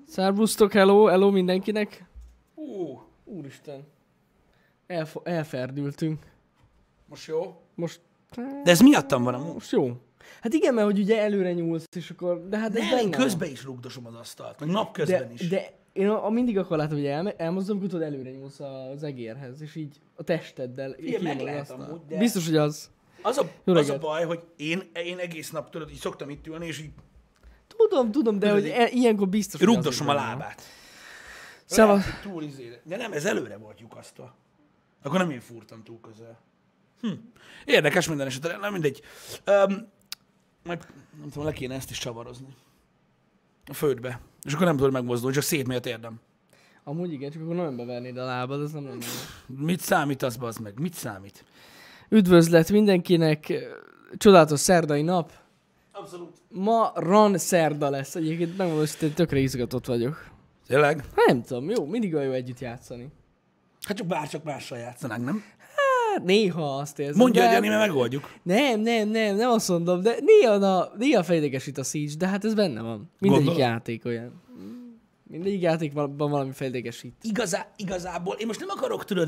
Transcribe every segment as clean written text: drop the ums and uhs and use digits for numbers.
Szervusztok, hello mindenkinek. Úristen. Elferdültünk. Most jó? Most... De ez miattam van amúgy. Most jó. Hát igen, mert hogy ugye előre nyúlsz, és akkor... De hát ez Nem, én benne közben is rugdosom az asztalt, meg napközben is. De én mindig akkor látom, hogy elmozdulom, hogy tudod, előre nyúlsz az egérhez, és így a testeddel. Igen, meg lehet amúgy, de... Biztos, hogy az. Az a baj, hogy én egész nap, tudod, így szoktam itt ülni, és így... Tudom, de hogy ilyenkor biztos, hogy rugdosom a lábát. Szóval... Túl izére. De nem, ez előre volt lyukasztva. Akkor nem én fúrtam túl közel. Érdekes minden esetre, nem mindegy. Majd nem tudom, le kéne ezt is csavarozni. A földbe. És akkor nem tudod megmozdulni, csak szétmegy a térdem. Amúgy igen, csak akkor nem bevernéd a lábad, az nem lenne. Mit számít az, bazd meg? Mit számít? Üdvözlet mindenkinek, csodálatos szerdai nap. Abszolút. Ma ran szerda lesz, egyébként megmondom, hogy tökre izgatott vagyok. Tényleg? Nem tudom, jó, mindig olyan jó együtt játszani. Hát csak bárcsak mással játszanánk, nem? Hát néha azt érzem. Mondja, de... hogy Jani, mert megoldjuk. Nem azt mondom, de néha fejlegesít a Siege, de hát ez benne van. Mindegyik játék olyan. Mindegyik játékban valami fejlegesít. Igazából, én most nem akarok, tudod,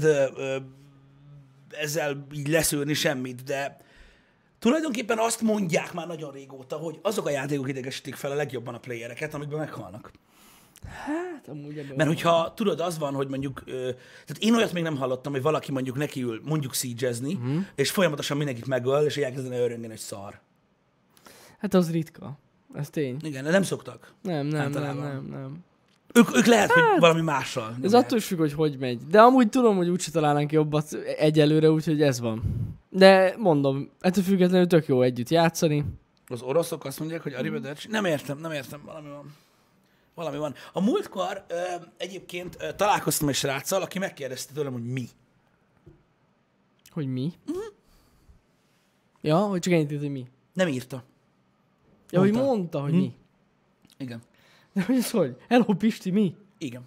ezzel így leszűrni semmit, de tulajdonképpen azt mondják már nagyon régóta, hogy azok a játékok idegesítik fel a legjobban a playereket, amikben meghalnak. Hát, amúgy ebben mert hogyha tudod, az van, hogy mondjuk, tehát én olyat még nem hallottam, hogy valaki mondjuk nekiül mondjuk siege-ezni, és folyamatosan mindenkit megöl, és elkezdene öröngeni, hogy szar. Hát az ritka. Ez tény. Igen, de nem szoktak. Nem. Ők lehet, hogy valami mással. Ez attól is függ, hogy megy. De amúgy tudom, hogy úgyse találnánk jobbat egyelőre, úgyhogy ez van. De mondom, ettől függetlenül tök jó együtt játszani. Az oroszok azt mondják, hogy arrivederci. Nem értem, valami van. A múltkor egyébként találkoztam egy sráccal, aki megkérdezte tőlem, hogy mi. Hogy mi? Ja, hogy csak ennyit írt, hogy mi. Nem írta. Ja, hogy mondta, hogy mi. Igen. De hogy ez hogy? Hello, Pisti, mi? Igen.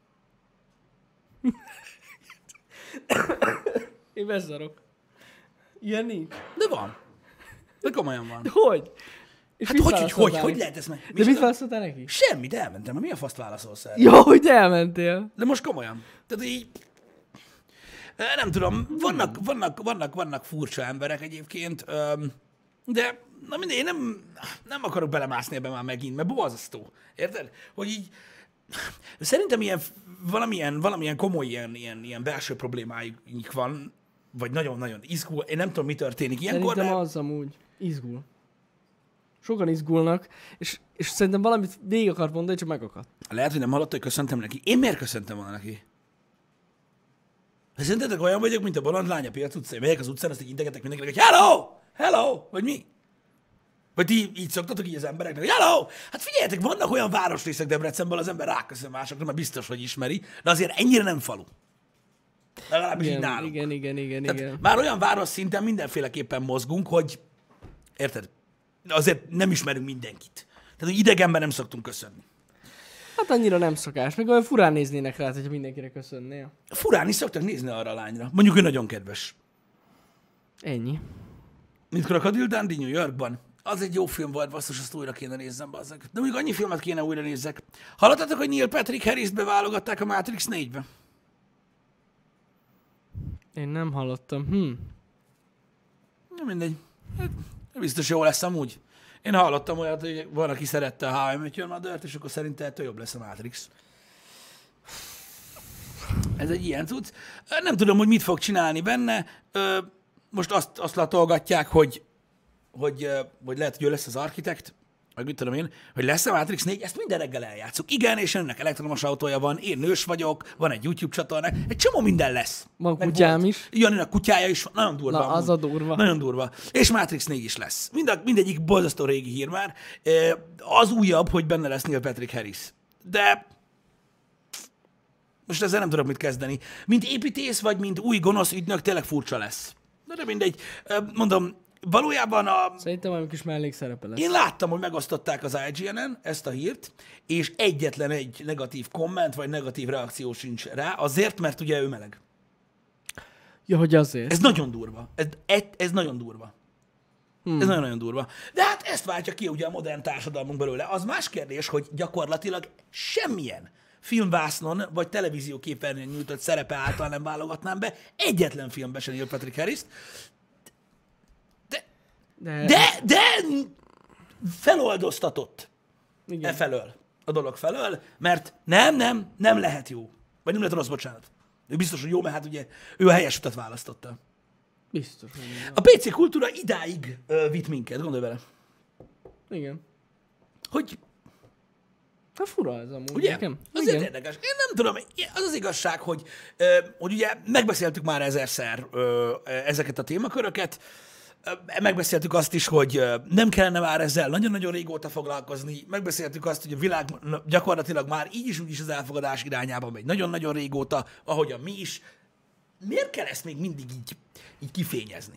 Én beszarok. Ilyen nincs. De van. De komolyan van. De hogy? És Hát hogy lehet ez meg? De mit válaszoltál neki? Semmit, elmentem. Mi a faszt válaszolsz el? Ja, hogy elmentél. De most komolyan. Tehát így... Nem tudom, vannak furcsa emberek egyébként, de na mindegy, én nem akarok belemászni ebben már megint, mert borzasztó. Érted? Hogy így... Szerintem valamilyen komoly ilyen belső problémájuk van, vagy nagyon-nagyon izgul. Én nem tudom, mi történik ilyenkor, Szerintem az amúgy izgul. Sokan izgulnak, és szerintem valamit végig akart mondani, csak megakadt. Lehet, hogy nem hallotta, hogy köszöntem neki. Én miért köszöntem volna neki? De szerintetek olyan vagyok, mint a bolond lány a piac utcán. Megyek az utcán, azt így integetek mindenkinek, hogy hello, vagy mi? Vagy ti így szoktatok így az embereknek, hogy hello! Hát figyeljetek, vannak olyan városrészek Debrecenből, az ember ráköszön másokra, mert biztos, hogy ismeri, de azért ennyire nem falu. Legalábbis így nálunk. Igen. Már olyan város szinten mindenféleképpen mozgunk, hogy érted? Azért nem ismerünk mindenkit. Tehát, hogy idegenben nem szoktunk köszönni. Hát annyira nem szokás, meg olyan furán néznének rá, hogyha mindenkire köszönnél. Furán is szoktak nézni arra a lányra. Mondjuk ő nagyon kedves. Ennyi. Mint Crocodile Dundee New Yorkban. Az egy jó film volt, basszus, azt újra kéne nézzem, bazzak. De mondjuk annyi filmet kéne újra nézzek. Hallottatok, hogy Neil Patrick Harris-t beválogatták a Matrix 4-be? Én nem hallottam. Nem mindegy. Hát, biztos jó lesz amúgy. Én hallottam olyat, hogy van, aki szerette a How I Met Your Mother-t, és akkor szerintem ettől jobb lesz a Matrix. Ez egy ilyen cucc. Nem tudom, hogy mit fog csinálni benne. Most azt latolgatják, hogy lehet, hogy ő lesz az architekt, vagy mit tudom én, hogy lesz a Matrix 4, ezt minden reggel eljátszuk. Igen, és önnek elektromos autója van, én nős vagyok, van egy YouTube csatornák, egy csomó minden lesz. Van kutyám is. Janinak kutyája is van, nagyon durva. Na, az a durva. Nagyon durva. És Matrix 4 is lesz. Mindegyik borzasztó régi hír már. Az újabb, hogy benne lesz Neil Patrick Harris. De most ezzel nem tudok mit kezdeni. Mint építész, vagy mint új gonosz ügynök, tényleg furcsa lesz. De mindegy. Mondom, valójában Szerintem valami kis mellékszerepe lesz. Én láttam, hogy megosztották az IGN-en ezt a hírt, és egyetlen egy negatív komment, vagy negatív reakció sincs rá, azért, mert ugye ő meleg. Ja, hogy azért. Ez nagyon durva. Ez nagyon durva. Ez nagyon-nagyon durva. De hát ezt váltja ki ugye a modern társadalmunk belőle. Az más kérdés, hogy gyakorlatilag semmilyen filmvásznon vagy televízióképernyőn nyújtott szerepe által nem válogatnám be. Egyetlen filmbe sem Neil Patrick Harris-t. De feloldoztatott felől, a dolog felől, mert nem lehet jó. Vagy nem lehet rossz, bocsánat. Ő biztos, hogy jó, mert hát ugye ő a helyes utat választotta. Biztos. A PC kultúra idáig vitt minket, gondolj bele. Igen. Hogy Hát fura ez amúgy ugye? nekem. Azért Igen. érdekes. Én nem tudom, az az igazság, hogy ugye megbeszéltük már ezerszer ezeket a témaköröket, megbeszéltük azt is, hogy nem kellene már ezzel nagyon-nagyon régóta foglalkozni, megbeszéltük azt, hogy a világ gyakorlatilag már így is úgy is az elfogadás irányába megy nagyon-nagyon régóta, ahogyan mi is. Miért kell ezt még mindig így kifényezni?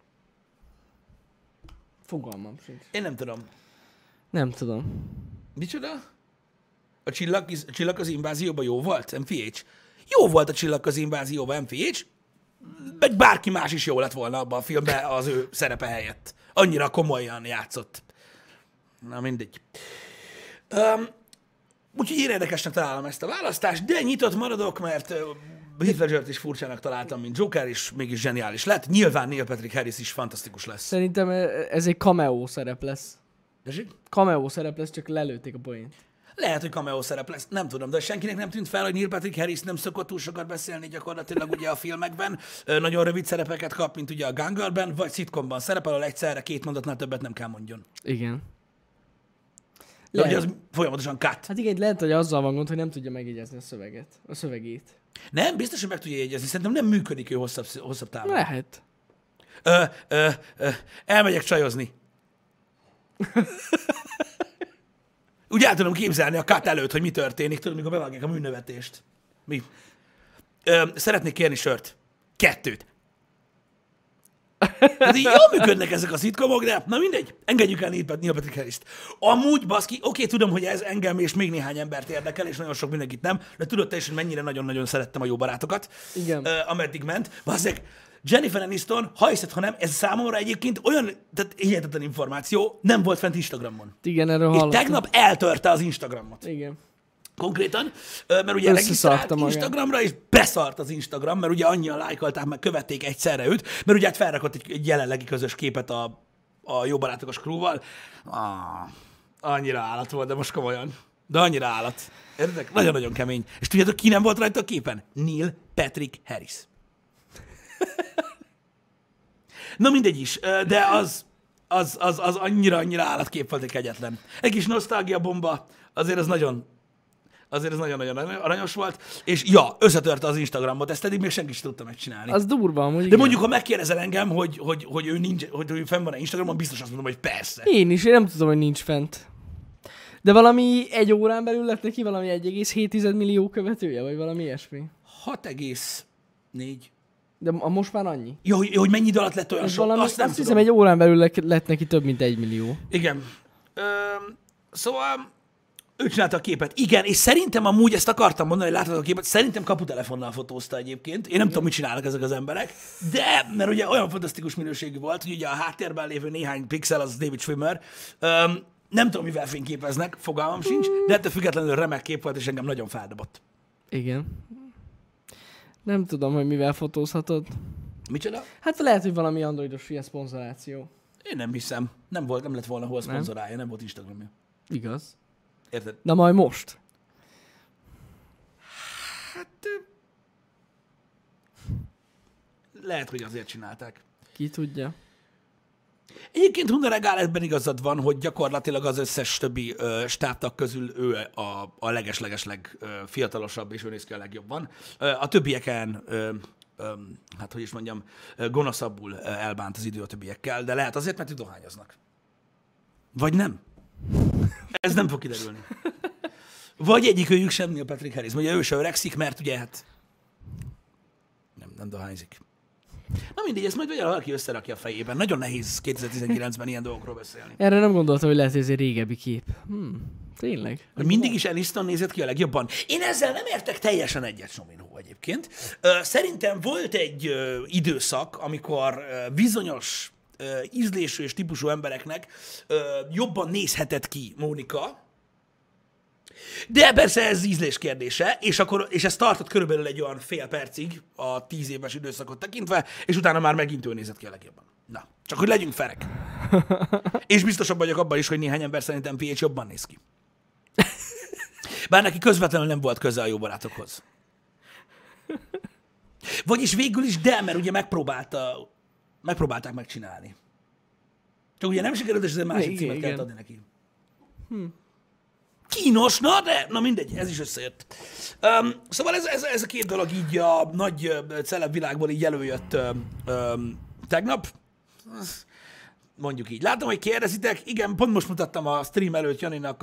Fogalmam sincs. Én nem tudom. Nem tudom. Micsoda? A csillag az invázióban jó volt, MFH? Jó volt a csillag az invázióban, MFH, meg bárki más is jó lett volna abban a filmben az ő szerepe helyett. Annyira komolyan játszott. Na mindegy. Úgyhogy én érdekesnek találom ezt a választást, de nyitott maradok, mert Heath Ledgert is furcsának találtam, mint Joker, és mégis zseniális lett. Nyilván Neil Patrick Harris is fantasztikus lesz. Szerintem ez egy cameo szerep lesz. Tessék? Cameo szerep lesz, csak lelőtték a poént. Lehet, hogy cameo szerep lesz, nem tudom, de senkinek nem tűnt fel, hogy Neil Patrick Harris nem szokott túl sokat beszélni gyakorlatilag ugye a filmekben. Nagyon rövid szerepeket kap, mint ugye a Gone Girl-ben, vagy szitkomban szerepel, ahol egyszerre 2 mondatnál többet nem kell mondjon. Igen. De ugye az folyamatosan cut. Hát igen, lehet, hogy azzal van gond, hogy nem tudja megjegyezni a szövegét. Nem, biztos, hogy meg tudja jegyezni. Szerintem nem működik ő hosszabb távon. Lehet. Elmegyek csajozni. Úgy el tudom képzelni a cut előtt, hogy mi történik, tudod, mikor bevágják a műnevetést. Mi? Szeretnék kérni sört. 2. Hát így jól működnek ezek a szitkomok, de na mindegy, engedjük el Neil Patrick Harrist. Amúgy, baszki, oké, tudom, hogy ez engem és még néhány embert érdekel, és nagyon sok mindenkit nem, de tudod te is, hogy mennyire nagyon-nagyon szerettem a Jó barátokat. Igen. Ameddig ment. Bazzeg, Jennifer Aniston, ha hiszed, ha nem, ez számomra egyébként olyan, tehát hihetetlen információ, nem volt fent Instagramon. Igen, erről És hallottam. tegnap eltörte az Instagramot. Igen. Konkrétan, mert ugye regisztrált magát. Instagramra, és beszart az Instagram, mert ugye annyian lájkolták, meg követték egyszerre őt, mert ugye hát felrakott egy jelenlegi közös képet a Jó barátokos crewval. Annyira állat volt, de most komolyan. De annyira állat. Érted? Nagyon-nagyon kemény. És tudjátok, ki nem volt rajta a képen? Neil Patrick Harris. Na mindegy is, de az annyira állatkép volt, egy kegyetlen. Egy kis nosztalgia bomba, azért ez nagyon-nagyon aranyos volt, és ja, összetörte az Instagramot, ezt eddig még senki sem tudta megcsinálni. Az durva amúgy. De igen. mondjuk, ha megkérdezel engem, hogy ő nincs, hogy ő fenn van-e Instagramon, biztos azt mondom, hogy persze. Én nem tudom, hogy nincs fent. De valami 1 órán belül lett neki valami 1,7 millió követője, vagy valami ilyesmi. 6,4. De most már annyi. Jó, hogy mennyi idő alatt lett olyan sok, Valami, azt nem azt tudom. hiszem, 1 órán belül lett neki több mint 1 millió. Igen. Szóval ő csinálta a képet. Igen, és szerintem amúgy ezt akartam mondani, hogy látod a képet, szerintem kaputelefonnal fotózta egyébként. Én nem tudom, mit csinálnak ezek az emberek, de mert ugye olyan fantasztikus minőségű volt, hogy ugye a háttérben lévő néhány pixel az David Schwimmer. Nem tudom, mivel fényképeznek, fogalmam sincs, de ettől függetlenül remek kép volt, és engem nagyon feldobott. Igen. Nem tudom, hogy mivel fotózhatod. Micsoda? Hát lehet, hogy valami androidos ilyen szponzoráció. Én nem hiszem. Nem lett volna hol szponzorálja, nem volt Instagramja. Igaz. Érted? Na majd most. Hát... Lehet, hogy azért csinálták. Ki tudja. Egyébként Hunderegál ebben igazad van, hogy gyakorlatilag az összes többi stábtag közül ő a leges-legesleg fiatalosabb, és ő néz ki a legjobban. A többieken, hát hogy is mondjam, gonoszabbul elbánt az idő a többiekkel, de lehet azért, mert ők dohányoznak. Vagy nem. Ez nem fog kiderülni. Vagy egyikőjük sem Neil Patrick Harris. Ugye ő se öregszik, mert ugye hát nem dohányzik. Na mindegy, ezt majd valaki összerakja a fejében. Nagyon nehéz 2019-ben ilyen dolgokról beszélni. Erre nem gondoltam, hogy lehet, hogy ez egy régebbi kép. Tényleg? Hogy mindig is Aniston nézett ki a legjobban. Én ezzel nem értek teljesen egyet, Sominó egyébként. Szerintem volt egy időszak, amikor bizonyos ízlésű és típusú embereknek jobban nézhetett ki Mónika. De persze ez ízlés kérdése, és ez tartott körülbelül egy olyan fél percig a 10 éves időszakot tekintve, és utána már megint ő nézett ki a legjobban. Na, csak hogy legyünk ferek. És biztosabb vagyok abban is, hogy néhány ember szerintem PH jobban néz ki. Bár neki közvetlenül nem volt köze a jó barátokhoz. Vagyis végül is, de, mert ugye megpróbálták megcsinálni. Csak ugye nem sikerült, és ezért másik címet kellett adni neki. Kínos, na mindegy, ez is összejött. Szóval ez a két dolog így a nagy celeb világból így előjött tegnap. Mondjuk így. Látom, hogy kérdezitek. Igen, pont most mutattam a stream előtt Janinak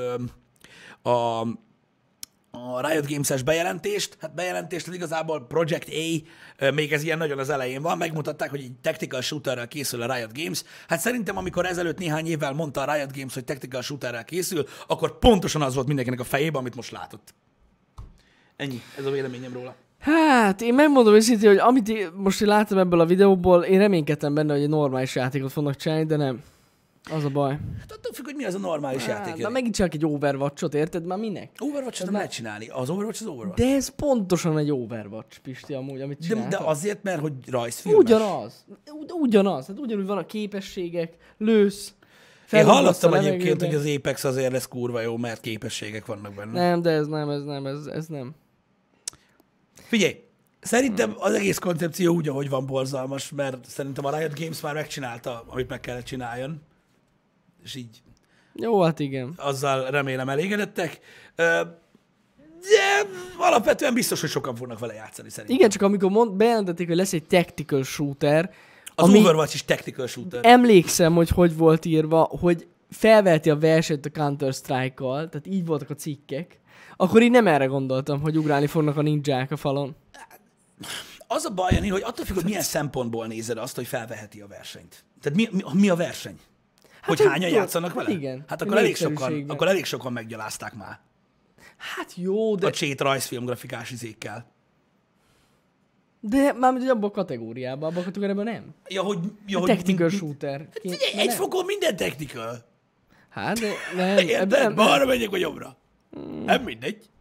a Riot Games-es bejelentést. Hát bejelentést, az igazából Project A, még ez ilyen nagyon az elején van. Megmutatták, hogy egy tactical shooterrel készül a Riot Games. Hát szerintem, amikor ezelőtt néhány évvel mondta a Riot Games, hogy tactical shooterrel készül, akkor pontosan az volt mindenkinek a fejében, amit most látott. Ennyi, ez a véleményem róla. Hát, én megmondom őszintén, hogy amit most láttam ebből a videóból, én reménykedtem benne, hogy egy normális játékot fognak csinálni, de nem. Az a baj. Hát attól függ, hogy mi az a normális játék. Na megint csak egy Overwatch-ot, érted? Már minek? Overwatch-ot nem lehet csinálni. Az Overwatch az Overwatch. De ez pontosan egy Overwatch, Pisti, amúgy, amit csináltak. De azért, mert hogy rajzfilmes. Ugyanaz. Hát ugyanúgy van a képességek, lősz. Én hallottam egyébként, hogy az Apex azért lesz kurva jó, mert képességek vannak benne. Nem, de ez nem. Figyelj, szerintem az egész koncepció úgy, ahogy van, borzalmas, mert szerintem a Riot Games már megcsinálta, amit meg kellett csináljon. És így... Jó, hát igen. Azzal remélem elégedettek. De alapvetően biztos, hogy sokan fognak vele játszani szerintem. Igen, csak amikor bejelentették, hogy lesz egy tactical shooter. Az Overwatch is tactical shooter. Emlékszem, hogy volt írva, hogy felveheti a versenyt a Counter-Strike-kal, tehát így voltak a cikkek. Akkor így nem erre gondoltam, hogy ugrálni fognak a ninják a falon. Az a baj, Jani, hogy attól függ, hogy milyen szempontból nézed azt, hogy felveheti a versenyt. Tehát mi a verseny? Hát, hogy hányan játszanak vele? Igen. Hát akkor elég sokan meggyalázták már. Hát jó, de... A csét rajzfilm grafikás izékkel. De mármint, hogy abban a kategóriában, abban a kategóriában nem. Hogy technical shooter. Egy fokon minden technical. Hát, de nem. Érted? Balra megyek, vagy jobbra. Nem mindegy.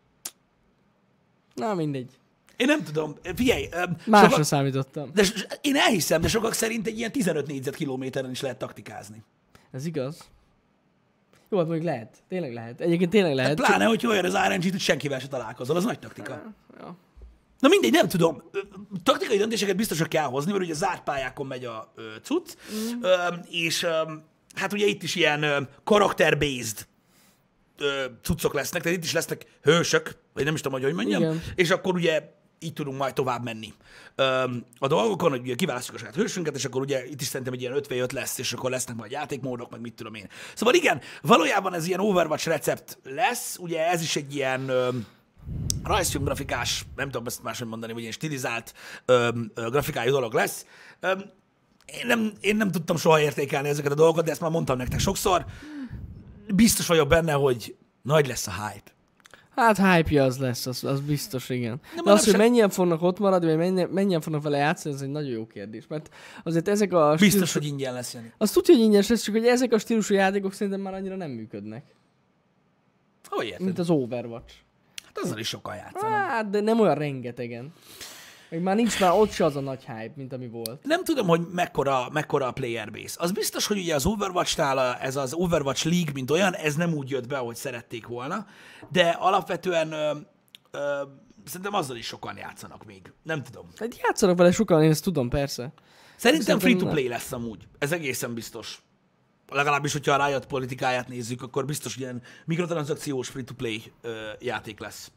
Na, mindegy. Én nem tudom. Figyelj. Másra számítottam. De én elhiszem, de sokak szerint egy ilyen 15 négyzetkilométeren is lehet taktikázni. Ez igaz. Jó, hát mondjuk lehet. Tényleg lehet. Egyébként tényleg lehet. Hát pláne, hogy olyan az RNG-t, hogy senkivel se találkozol. Az nagy taktika. Ja. Na mindegy, nem tudom. Taktikai döntéseket biztos, hogy kell hozni, mert ugye zárt pályákon megy a cucc, és hát ugye itt is ilyen karakter-based cuccok lesznek, tehát itt is lesznek hősök, vagy nem is tudom, hogy mondjam, igen. És akkor ugye így tudunk majd tovább menni a dolgokon, hogy ugye kiválasztjuk a saját hősünket, és akkor ugye itt is szerintem egy ilyen 5v5 lesz, és akkor lesznek majd játékmódok, meg mit tudom én. Szóval igen, valójában ez ilyen Overwatch recept lesz, ugye ez is egy ilyen rajzfilm grafikás, nem tudom ezt máshogy mondani, vagy ilyen stilizált grafikájú dolog lesz. Én nem tudtam soha értékelni ezeket a dolgokat, de ezt már mondtam nektek sokszor. Biztos vagyok benne, hogy nagy lesz a hype. Hát hype-ja az lesz, az biztos, igen. De az, hogy mennyien fognak ott maradni, vagy mennyien fognak vele játszani, ez egy nagyon jó kérdés. Mert azért ezek a biztos, hogy ingyen lesz, Jani. Azt tudja, hogy ingyenes lesz, csak hogy ezek a stílusú játékok szerintem már annyira nem működnek. Hogy érted? Mint az Overwatch. Hát azzal is sokan játszanak. Hát, de nem olyan rengetegen. Még már nincs már ott se az a nagy hype, mint ami volt. Nem tudom, hogy mekkora a player base. Az biztos, hogy ugye az Overwatch-nál ez az Overwatch League, mint olyan, ez nem úgy jött be, ahogy szerették volna, de alapvetően szerintem azzal is sokan játszanak még. Nem tudom. Hát játszanak vele sokan, én ezt tudom, persze. Szerintem free-to-play lesz amúgy. Ez egészen biztos. Legalábbis, hogyha a Riot politikáját nézzük, akkor biztos, hogy ilyen mikrotranszakciós free-to-play játék lesz.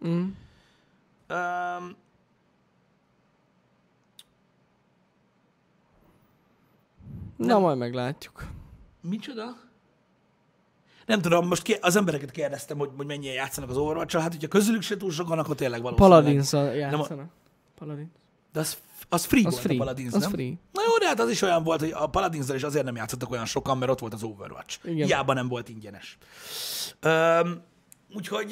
Na, majd meglátjuk. Micsoda? Nem tudom, most az embereket kérdeztem, hogy mennyien játszanak az Overwatch-sal. Hát, hogyha közülük se túl sokan, akkor tényleg valószínűleg. Paladins-szal játszanak. Paladins. De az free az volt free. A Paladins, az nem? Free. Na jó, de hát az is olyan volt, hogy a Paladins-zal is azért nem játszottak olyan sokan, mert ott volt az Overwatch. Igen. Hiába nem volt ingyenes. Úgyhogy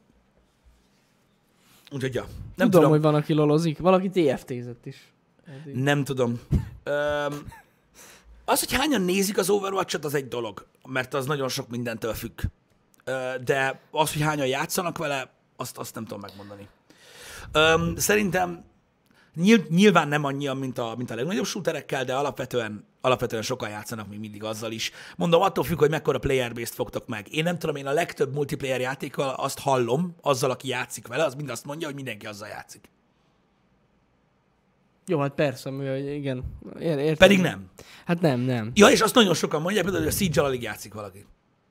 ja. Nem tudom, hogy van, aki lolozik. Valaki TFT-zett is. Nem tudom. Az, hogy hányan nézik az Overwatch-ot, az egy dolog, mert az nagyon sok mindentől függ. De az, hogy hányan játszanak vele, azt nem tudom megmondani. Szerintem nyilván nem annyian, mint a legnagyobb shooterekkel, de alapvetően sokan játszanak még mindig azzal is. Mondom, attól függ, hogy mekkora player base-t fogtok meg. Én nem tudom, én a legtöbb multiplayer játékkal azt hallom, azzal, aki játszik vele, az mind azt mondja, hogy mindenki azzal játszik. Jó, hát persze, igen. Értem. Pedig nem. Hát nem. Ja, és azt nagyon sokan mondják, például, hogy a Siege-al alig játszik valaki.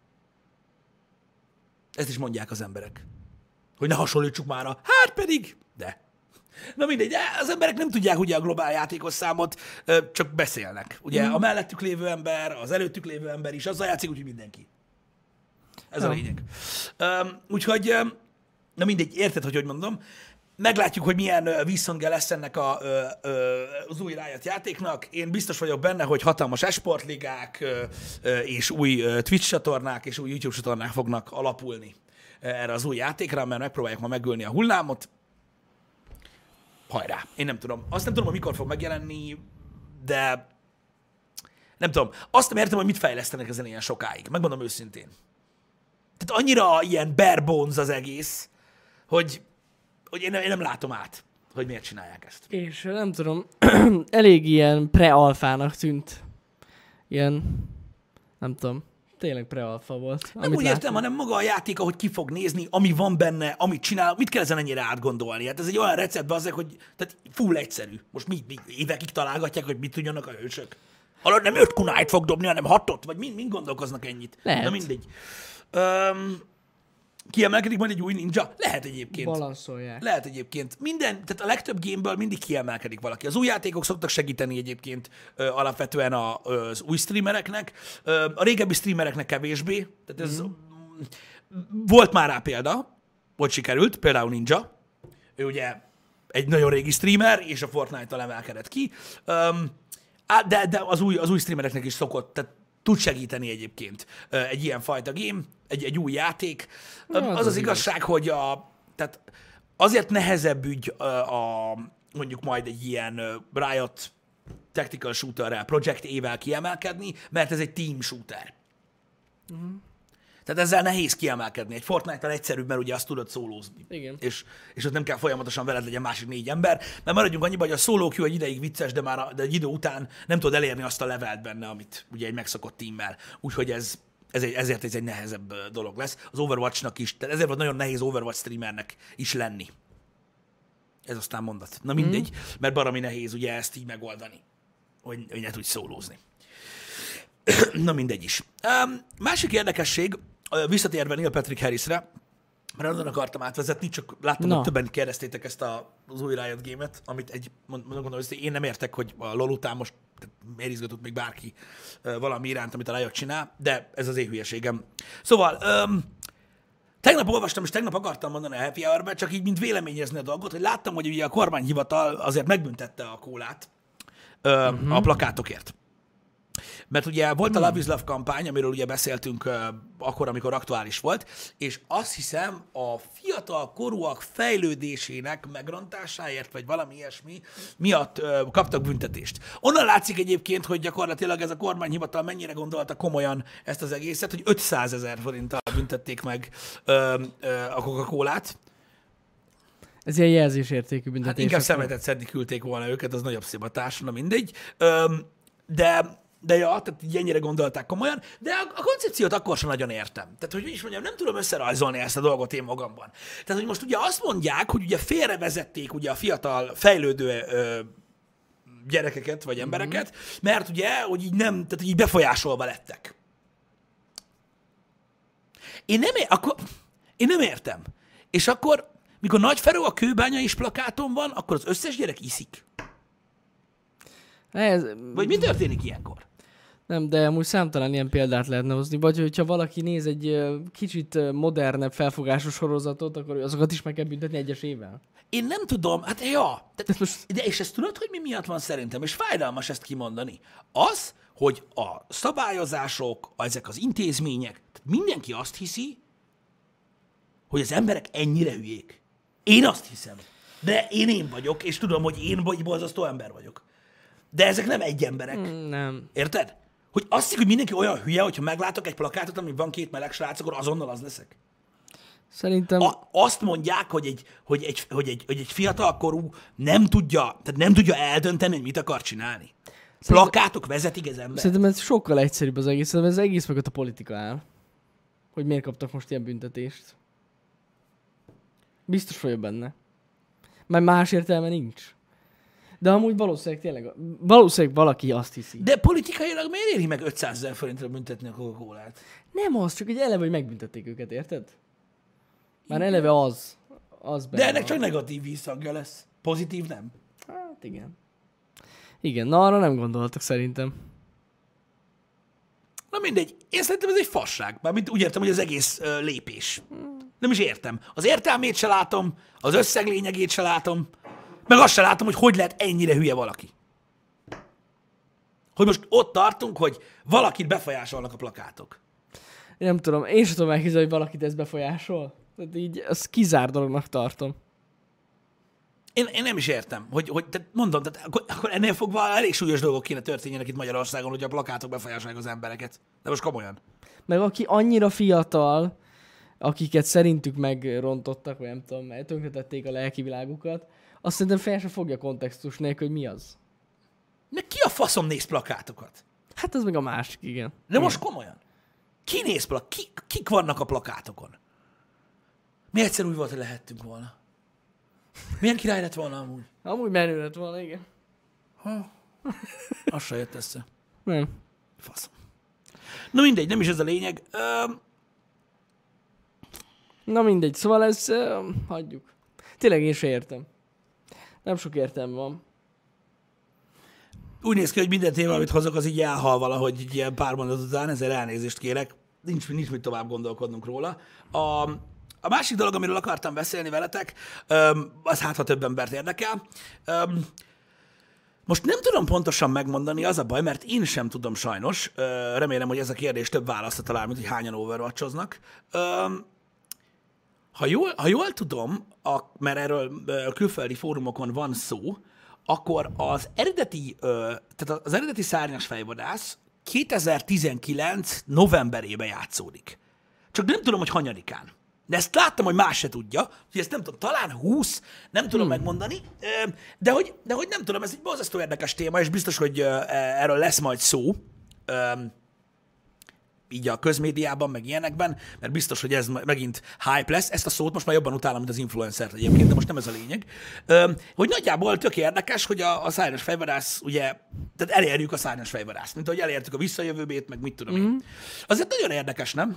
Ezt is mondják az emberek. Hogy ne hasonlítsuk már hát pedig, de. Na mindegy, de az emberek nem tudják ugye a globál játékos számot, csak beszélnek. Ugye a mellettük lévő ember, az előttük lévő ember is azzal játszik, úgyhogy mindenki. Ez a lényeg. Úgyhogy, na mindegy, érted, hogy mondom. Meglátjuk, hogy milyen visszhangja lesz ennek az új Riot játéknak. Én biztos vagyok benne, hogy hatalmas esportligák és új Twitch csatornák és új YouTube csatornák fognak alapulni erre az új játékra, mert megpróbálják ma megölni a hullámot. Hajrá! Én nem tudom. Azt nem tudom, hogy mikor fog megjelenni, de nem tudom. Azt nem értem, hogy mit fejlesztenek ezen ilyen sokáig. Megmondom őszintén. Tehát annyira ilyen bare bones az egész, hogy én nem látom át, hogy miért csinálják ezt. És nem tudom, elég ilyen pre-alfának tűnt. Ilyen, nem tudom, tényleg pre-alfa volt. Nem úgy értem, hanem maga a játék, ahogy ki fog nézni, ami van benne, amit csinál, mit kell ezen ennyire átgondolni? Hát ez egy olyan recept azért, hogy tehát full egyszerű. Most mi évekig találgatják, hogy mit tudjanak a hősök? Hallod, nem 5 kunáit fog dobni, hanem 6-ot? Vagy mind gondolkoznak ennyit? Lehet. Na mindegy. Kiemelkedik majd egy új ninja? Lehet egyébként. Balanszolják. Lehet egyébként. Tehát a legtöbb gameből mindig kiemelkedik valaki. Az új játékok szoktak segíteni egyébként alapvetően az új streamereknek. A régebbi streamereknek kevésbé. Tehát ez volt már rá példa, hogy sikerült, például Ninja. Ő ugye egy nagyon régi streamer, és a Fortnite-tal emelkedett ki. De az új streamereknek is szokott, tehát tud segíteni egyébként egy ilyen fajta game, egy új játék. Az igazság, hogy tehát azért nehezebb ügy mondjuk majd egy ilyen Riot tactical shooterrel, Project A-vel kiemelkedni, mert ez egy team shooter. Tehát ezzel nehéz kiemelkedni. Egy Fortnite-tal egyszerűbb, mert ugye azt tudod szólózni. Igen. És ott nem kell folyamatosan veled legyen másik 4 ember. Mert maradjunk annyiba, hogy a solo queue egy ideig vicces, de egy idő után nem tudod elérni azt a levelt benne, amit ugye egy megszokott teammel. Úgyhogy ezért ez egy nehezebb dolog lesz. Az Overwatchnak is, tehát ezért volt nagyon nehéz Overwatch streamernek is lenni. Ez aztán mondat. Na mindegy, mert baromi nehéz ugye ezt így megoldani, hogy ne tudj szólózni. Na mindegy is. Másik érdekesség, visszatérve Neil Patrick Harrisre, mert onnan akartam átvezetni, csak láttam, hogy többen kérdeztétek ezt az új Riot Game-et, amit mondom, hogy én nem értek, hogy a LoL után most miért izgatott még bárki valami iránt, amit a Riot csinál, de ez az én hülyeségem. Szóval, tegnap olvastam, és tegnap akartam mondani a Happy Hour-ben, csak így mint véleményezni a dolgot, hogy láttam, hogy ugye a kormányhivatal azért megbüntette a Kólát a plakátokért. Mert ugye volt a Love is Love kampány, amiről ugye beszéltünk akkor, amikor aktuális volt, és azt hiszem a fiatal korúak fejlődésének megrontásáért, vagy valami ilyesmi miatt kaptak büntetést. Onnan látszik egyébként, hogy gyakorlatilag ez a kormányhivatal mennyire gondolta komolyan ezt az egészet, hogy 500 000 forinttal büntették meg a Coca-Colát. Ez ilyen jelzésértékű büntetés. Hát inkább szemetet szedni küldték volna őket, az nagyobb szivatás, na mindegy. De ja, tehát így ennyire gondolták komolyan, de a koncepciót akkor sem nagyon értem. Tehát, hogy is mondjam, nem tudom összerajzolni ezt a dolgot én magamban. Tehát, hogy most ugye azt mondják, hogy ugye félrevezették ugye a fiatal, fejlődő gyerekeket, vagy embereket, mert ugye, hogy így nem, tehát hogy így befolyásolva lettek. Én nem értem. És akkor, mikor Nagy Feró a kőbánya is plakáton van, akkor az összes gyerek iszik. Vagy mi történik ilyenkor? Nem, de amúgy számtalan ilyen példát lehetne hozni. Vagy hogyha valaki néz egy kicsit modernebb felfogású sorozatot, akkor azokat is meg kell büntetni egyesével. Én nem tudom, hát ja. De és ezt tudod, hogy mi miatt van szerintem? És fájdalmas ezt kimondani. Az, hogy a szabályozások, ezek az intézmények, tehát mindenki azt hiszi, hogy az emberek ennyire hülyék. Én azt hiszem. De én vagyok, és tudom, hogy én borzasztó ember vagyok. De ezek nem egy emberek. Nem. Érted? Hogy azt hiszik, hogy mindenki olyan hülye, hogyha meglátok egy plakátot, ami van két meleg srác, akkor azonnal az leszek. Szerintem... Azt mondják, hogy egy fiatalkorú nem tudja eldönteni, hogy mit akar csinálni. Plakátok vezetik ez ember. Szerintem ez sokkal egyszerűbb az egész, szerintem ez egész mögött a politika áll. Hogy miért kaptak most ilyen büntetést. Biztos vagyok benne. Mert más értelme nincs. De amúgy valószínűleg valaki azt hiszi. De politikailag miért éri meg 500 000 forintra büntetni a Coca-Colát? Nem az, csak egy eleve, hogy megbüntették őket, érted? Már eleve az De benne ennek van. csak negatív visszhangja lesz. Pozitív nem. Hát igen. Igen, na arra nem gondoltak szerintem. Na mindegy, én szerintem ez egy fasság. Mármint úgy értem, hogy az egész lépés. Nem is értem. Az értelmét se látom, az összeg lényegét se látom, meg azt se látom, hogy lehet ennyire hülye valaki. Hogy most ott tartunk, hogy valakit befolyásolnak a plakátok. Én nem tudom, én sem tudom elképzelni, hogy valakit ez befolyásol. Tehát így, azt kizár dolognak tartom. Én nem is értem, tehát mondom, akkor ennél fogva elég súlyos dolgok kéne történjenek itt Magyarországon, hogy a plakátok befolyásolják az embereket. De most komolyan. Meg aki annyira fiatal, akiket szerintük megrontottak, vagy nem tudom, mert tönkretették a lelki világukat, azt szerintem fel se fogja kontextus nélkül, hogy mi az. De ki a faszom néz plakátokat? Hát ez meg a másik, igen. De most komolyan. Ki néz kik vannak a plakátokon? Mi egyszer úgy volt, hogy lehettünk volna. Milyen király lett volna amúgy? Amúgy menő lett volna, igen. Az se jött össze. Nem. Faszom. Na mindegy, nem is ez a lényeg. Na mindegy, szóval ezt hagyjuk. Tényleg én se értem. Nem sok értelme van. Úgy néz ki, hogy minden téma, amit hozok, az így elhal valahogy így ilyen pár mondat után, ezért elnézést kérek. Nincs mit tovább gondolkodnunk róla. A másik dolog, amiről akartam beszélni veletek, az hát, ha több embert érdekel. Most nem tudom pontosan megmondani, az a baj, mert én sem tudom sajnos. Remélem, hogy ez a kérdés több választ talál, mint hogy hányan overwatchoznak. Ha jól tudom, mert erről külföldi fórumokon van szó, akkor az eredeti szárnyas fejvadász 2019 novemberében játszódik. Csak nem tudom, hogy hanyadikán. De ezt láttam, hogy más se tudja, hogy ezt nem tudom, talán 20, nem tudom megmondani, de hogy nem tudom, ez egy borzasztó érdekes téma, és biztos, hogy erről lesz majd szó, így a közmédiában, meg ilyenekben, mert biztos, hogy ez megint hype lesz. Ezt a szót most már jobban utálom, mint az influencert egyébként, de most nem ez a lényeg. Hogy nagyjából tök érdekes, hogy a szárnyas fejvadász, ugye, tehát elérjük a szárnyas fejvadászt, mint ahogy elértük a visszajövőbét, meg mit tudom én. Azért nagyon érdekes, nem?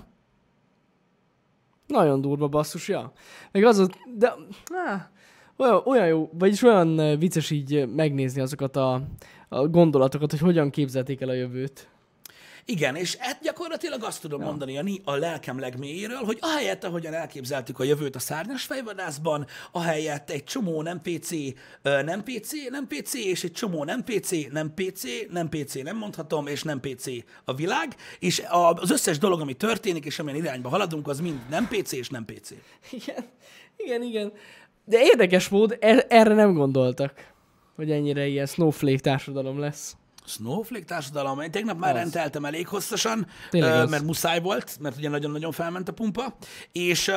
Nagyon durva basszus, ja. Meg az, de olyan jó, vagyis olyan vicces így megnézni azokat a gondolatokat, hogy hogyan képzelték el a jövőt. Igen, és gyakorlatilag azt tudom mondani, Jani, a lelkem legmélyéről, hogy ahelyett, ahogyan elképzeltük a jövőt a szárnyas fejvadászban, ahelyett egy csomó nem PC, és egy csomó nem PC, nem mondhatom, és nem PC a világ, és az összes dolog, ami történik, és amilyen irányba haladunk, az mind nem PC és nem PC. Igen. De érdekes mód, erre nem gondoltak, hogy ennyire ilyen snowflake társadalom lesz. Snowflake társadalom. Én tegnap már rendeltem elég hosszasan, mert muszáj volt, mert ugye nagyon-nagyon felment a pumpa, és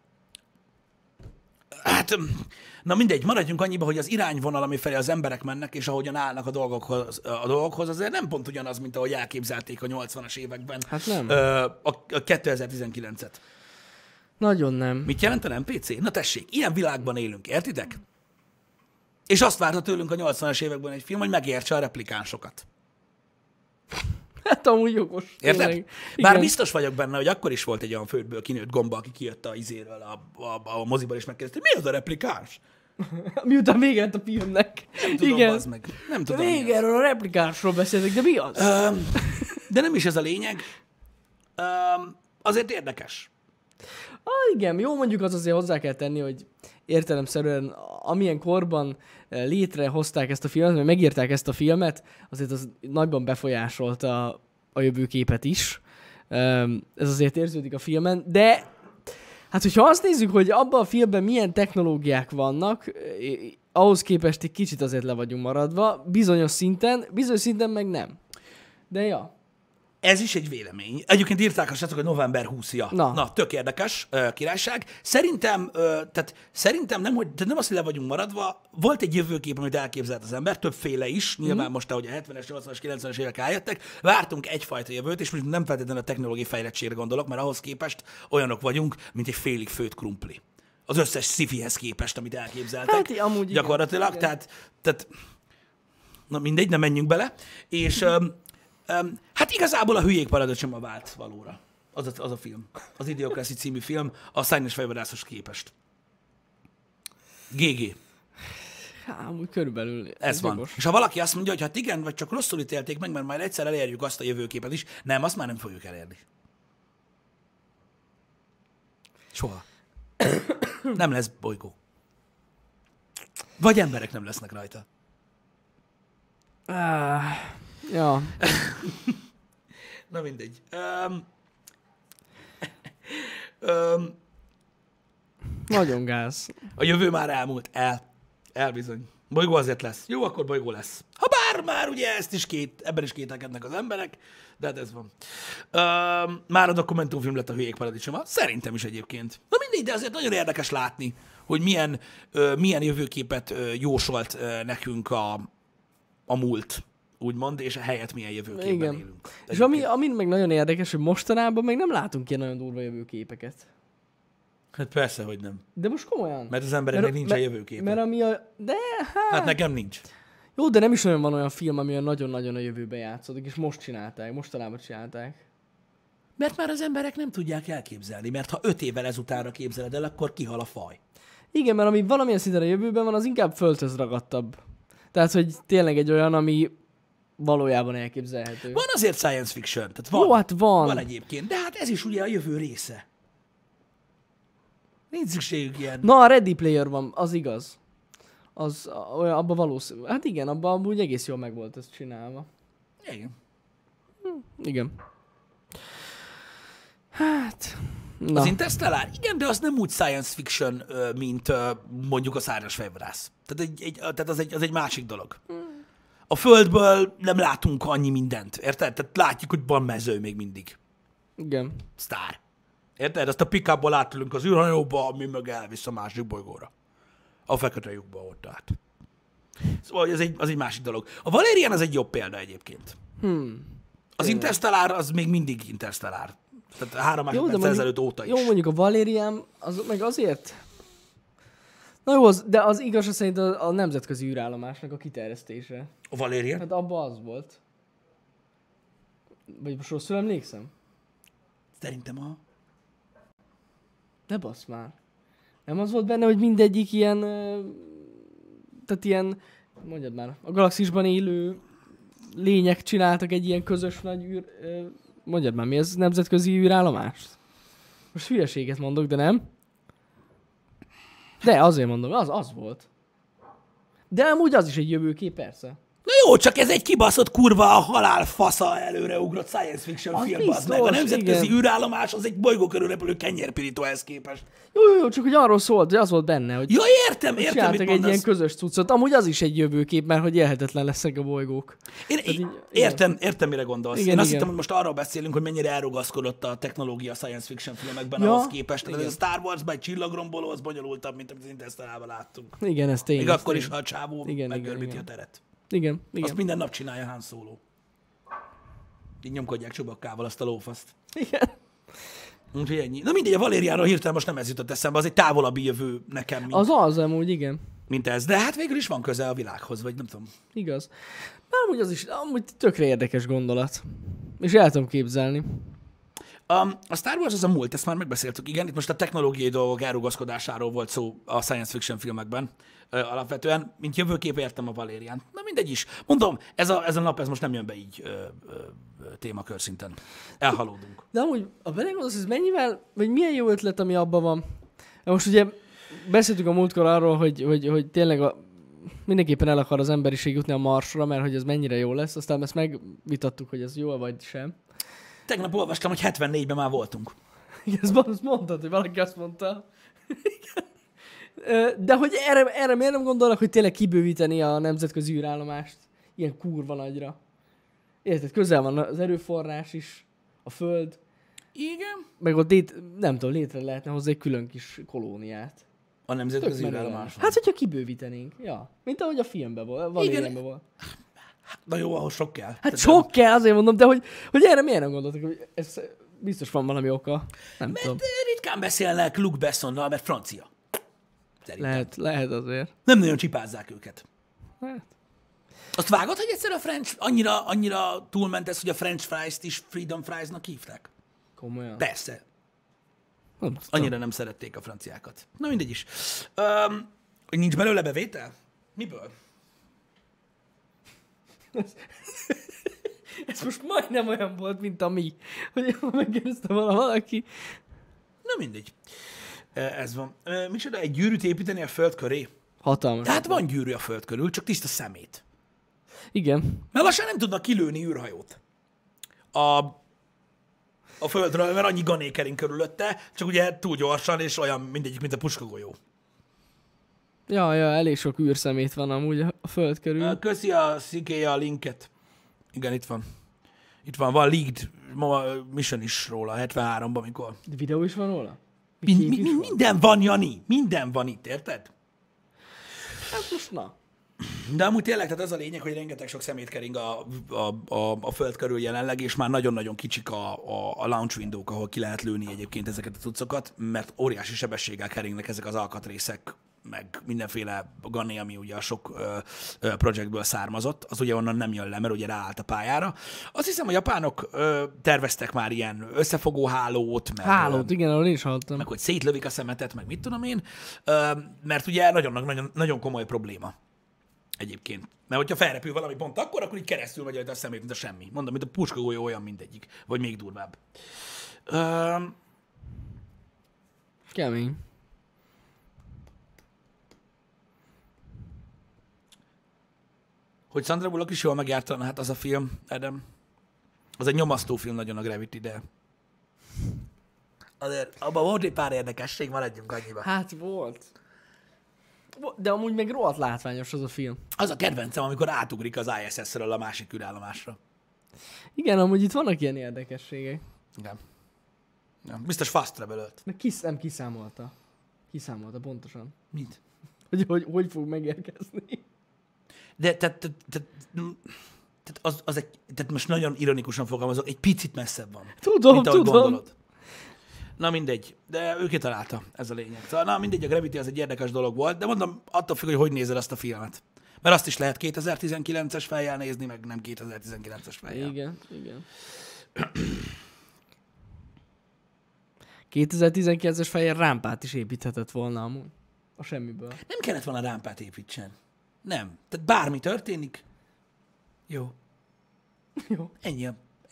hát, na mindegy, maradjunk annyiba, hogy az irányvonal, ami felé az emberek mennek, és ahogyan állnak a dolgokhoz, azért nem pont ugyanaz, mint ahogy elképzelték a 80-as években hát nem. A 2019-et. Nagyon nem. Mit jelent a NPC? Na tessék, ilyen világban élünk, értitek? És azt várta tőlünk a 80-as években egy film, hogy megértse a replikánsokat. Hát amúgy jogos. Érted? Bár biztos vagyok benne, hogy akkor is volt egy olyan földből kinőtt gomba, aki kijött a izéről a moziban, és megkérdezte, hogy mi az a replikáns? Miután vége lett a filmnek. Nem tudom, bazd meg. Nem tudom. Vége erről a replikánsról beszéltek, de mi az? De nem is ez a lényeg. Azért érdekes. Igen, jó, mondjuk az azért hozzá kell tenni, hogy értelemszerűen amilyen korban létrehozták ezt a filmet, vagy megírták ezt a filmet, azért az nagyban befolyásolta a jövőképet is. Ez azért érződik a filmen, de hát hogyha azt nézzük, hogy abban a filmben milyen technológiák vannak, ahhoz képest egy kicsit azért le vagyunk maradva, bizonyos szinten meg nem. De ja. Ez is egy vélemény. Egyébként írták a srácok, hogy november 20-ja. Na, tök érdekes, királyság. Szerintem nem, tehát nem azt, hogy le vagyunk maradva. Volt egy jövőkép, amit elképzelt az ember, többféle is. Nyilván most, ahogy a 70-es, 80-as, 90-es évek eljöttek, vártunk egyfajta jövőt, és most nem feltétlenül a technológiai fejlettségre gondolok, mert ahhoz képest olyanok vagyunk, mint egy félig főtt krumpli. Az összes sci-fihez képest, amit elképzeltek. Hát, amúgy gyakorlatilag, igen. tehát na mindegy, nem menjünk bele. És hát igazából a hülyék paradocsoma vált valóra. Az a film. Az Idiocracy című film a szárnyas fejvadászos képest. GG. Amúgy körülbelül. Ez van. Jogos. És ha valaki azt mondja, hogy hát igen, vagy csak rosszul ítélték meg, mert majd egyszer elérjük azt a jövőképet is, nem, azt már nem fogjuk elérni. Soha. Nem lesz bolygó. Vagy emberek nem lesznek rajta. Ja. Na mindegy. Nagyon gáz. A jövő már elmúlt. El bizony. Bolygó azért lesz. Jó, akkor bolygó lesz. Ha bár már ugye ebben is kételkednek az emberek, de hát ez van. Már a dokumentumfilm lett a hülyék paradicsoma. Szerintem is egyébként. Na mindegy, de azért nagyon érdekes látni, hogy milyen jövőképet jósolt nekünk a múlt, úgymond, és a helyett milyen jövőképben élünk. És ami meg nagyon érdekes, hogy mostanában meg nem látunk ilyen nagyon durva jövőképeket. Hát persze, hogy nem. De most komolyan. Mert az embereknek nincs a jövőképe. Mert ami a... De hát nekem nincs. Jó, de nem is olyan van olyan film, ami nagyon-nagyon a jövőben játszódik, és mostanában csinálták. Mert már az emberek nem tudják elképzelni, mert ha 5 évvel ezutánra képzeled el, akkor kihal a faj. Igen, mert ami valamilyen szinten a jövőben van, az inkább földhöz ragadtabb. Tehát, hogy tényleg egy olyan, ami valójában elképzelhető. Van azért science fiction, tehát van. Jó, hát van. Van egyébként, de hát ez is ugye a jövő része. Nincs szükségük ilyen. Na, a Ready Player van, az igaz. Az olyan, abban valószínű. Hát igen, abban amúgy egész jól meg volt ez csinálva. Igen. Igen. Hát... Na. Az Interstellar? Igen, de az nem úgy science fiction, mint mondjuk a szárnyas fejvadász. Tehát az egy másik dolog. A Földből nem látunk annyi mindent, érted? Tehát látjuk, hogy van mező még mindig. Igen. Sztár. Érted? Azt a pick-upból átülünk az űrhajóba, ami meg elvisz a másik bolygóra. A fekete lyukba ott át. Szóval az egy másik dolog. A Valerian az egy jobb példa egyébként. Az Interstellar az még mindig Interstellar. Tehát 3 másodperc ezelőtt óta is. Jó, mondjuk a Valerian, az meg azért... Na jó, de az igaz szerint a nemzetközi űrállomásnak a kiterjesztése. A Valerian? Hát abban az volt. Vagy most rosszul emlékszem? Szerintem De bassz már. Nem az volt benne, hogy mindegyik ilyen... Tehát ilyen... Mondjad már. A galaxisban élő lények csináltak egy ilyen közös nagy űr... Mondjad már, mi ez nemzetközi űrállomás? Most hülyeséget mondok, de nem. De azért mondom, az volt. De amúgy az is egy jövőkép, persze. Na jó, csak ez egy kibaszott kurva a halál fasza előreugrott science fiction Az film, biztos, az meg. A nemzetközi igen. űrállomás az egy bolygó körül repülő kenyérpirító ehhez képest. Jó, csak hogy arról szólt, hogy az volt benne, hogy Ja, értem, mit csináltak egy mondasz. ilyen közös cuccot. Amúgy az is egy jövőkép, mert hogy élhetetlen lesznek a bolygók. Értem, mire gondolsz. Igen, Én azt igen. hittem, hogy most arról beszélünk, hogy mennyire elrugaszkodott a technológia a science fiction filmekben Ja, ahhoz képest. Tehát igen. a Star Wars-ban egy csillagromboló az bonyolultabb, mint amit az Interstellárban láttunk. Igen, ez tény. Még ez akkor tény. is, ha a csávó Igen, meggörbíti igen. a teret. Igen. Azt minden nap csinálja Han Solo. Így nyomkodják Csubakkával azt a lófaszt. Igen. Úgyhogy ennyi. Na mindegy, a Valériánról hirtelen most nem ez jutott eszembe, az egy távolabbi jövő nekem, Az amúgy, igen. mint ez. De hát végül is van köze a világhoz, vagy nem tudom. Igaz. De amúgy az is, amúgy tökre érdekes gondolat. És el tudom képzelni. A Star Wars az a múlt, ezt már megbeszéltük, igen, itt most a technológiai dolgok elrugaszkodásáról volt szó a science fiction filmekben. Alapvetően, mint jövőkép értem a Valérián. Na mindegy is. Mondom, ez a nap ez most nem jön be így témakör szinten. Elhalódunk. De amúgy, a belegondolsz, ez mennyivel, vagy milyen jó ötlet, ami abban van. Most ugye beszéltünk a múltkor arról, hogy tényleg mindenképpen el akar az emberiség jutni a Marsra, mert hogy ez mennyire jó lesz, aztán ezt megvitattuk, hogy ez jó vagy sem. Tegnap olvastam, hogy 74-ben már voltunk. Igen, ezt mondtad, hogy valaki azt mondta. De hogy erre miért nem gondolnak, hogy tényleg kibővíteni a nemzetközi űrállomást ilyen kurva nagyra? Érted, közel van az erőforrás is, a föld, Igen. meg ott nem tudom, létre lehetne hozzá egy külön kis kolóniát. A nemzetközi Menő lenne. űrállomáson. Hát, hogyha kibővítenénk. Ja. Mint ahogy a filmben volt. Van Igen. ilyenben volt. Na jó, ahhoz sok kell. Hát sok kell, azért mondom, de hogy erre miért nem gondoltak, hogy ez biztos van valami oka. Nem tudom. Mert ritkán beszélnek Luc Bessonnal, mert francia. Szerintem. Lehet azért. Nem nagyon csipázzák őket. Hát. Azt vágod, hogy egyszer a French annyira túlment ez, hogy a French fries-t is Freedom Fries-nak hívták? Komolyan. Persze. Nem tudom. Annyira nem szerették a franciákat. Na mindegy is. Hogy nincs belőle bevétel? Miből? Ez most majdnem olyan volt, mint a mi. Hogy megkérdezte valaki. Na mindegy. Ez van. Micsoda, egy gyűrűt építeni a föld köré? Hatalmas. Tehát van gyűrű a föld körül, csak tiszta szemét. Igen. Mert lassan nem tudnak kilőni űrhajót. A földről, mert annyi gané kering körülötte, csak ugye túl gyorsan, és olyan mindegyik, mint a puskagolyó. Ja, elég sok űrszemét van amúgy a föld körül. Köszi a Szikéja a linket. Igen, itt van. Itt van leaked mission is róla, 73-ban, amikor. De videó is van róla? Kép is van? Minden van, Jani. Minden van itt, érted? Hát most na. De amúgy tényleg, tehát az a lényeg, hogy rengeteg sok szemét kering a föld körül jelenleg, és már nagyon-nagyon kicsik a launch window-k, ahol ki lehet lőni egyébként ezeket a cuccokat, mert óriási sebességgel keringnek ezek az alkatrészek, meg mindenféle gané, ami ugye a sok projektből származott, az ugye onnan nem jön le, mert ugye ráállt a pályára. Azt hiszem, a japánok terveztek már ilyen összefogó hálót, meg, Hálót, igen, arról én is hallottam. meg hogy szétlövik a szemetet, meg mit tudom én, mert ugye nagyon komoly probléma egyébként. Mert hogyha felrepül valami pont akkor így keresztül megy a szemét, mint a semmi. Mondom, mint a puskagolyó olyan mindegyik, vagy még durvább. Kemény. Hogy Sandra Bullock is jól megjártana, hát az a film, Adam. Az egy nyomasztó film nagyon a Gravity, de azért abban volt egy pár érdekesség, maradjunk annyiba. Hát volt. De amúgy meg rohadt látványos az a film. Az a kedvencem, amikor átugrik az ISS-ről a másik űrállomásra. Igen, amúgy itt vannak ilyen érdekességek. Igen. Ja, biztos fast travel-ölt. Meg nem kiszámolta. Kiszámolta pontosan. Mit? Hogy fog megérkezni. De tehát most nagyon ironikusan fogalmazok, egy picit messzebb van. Tudom, mint ahogy tudom. gondolod. Na mindegy, de ő kitalálta, ez a lényeg. Szóval na mindegy, a Gravity az egy érdekes dolog volt, de mondom, attól függ, hogy nézed azt a filmet. Mert azt is lehet 2019-es fejjel nézni, meg nem 2019-es fejjel. Igen. 2019-es fejjel rámpát is építhetett volna amúgy. A semmiből. Nem kellett volna rámpát építsen. Nem. Tehát bármi történik. Jó. Jó. Ennyi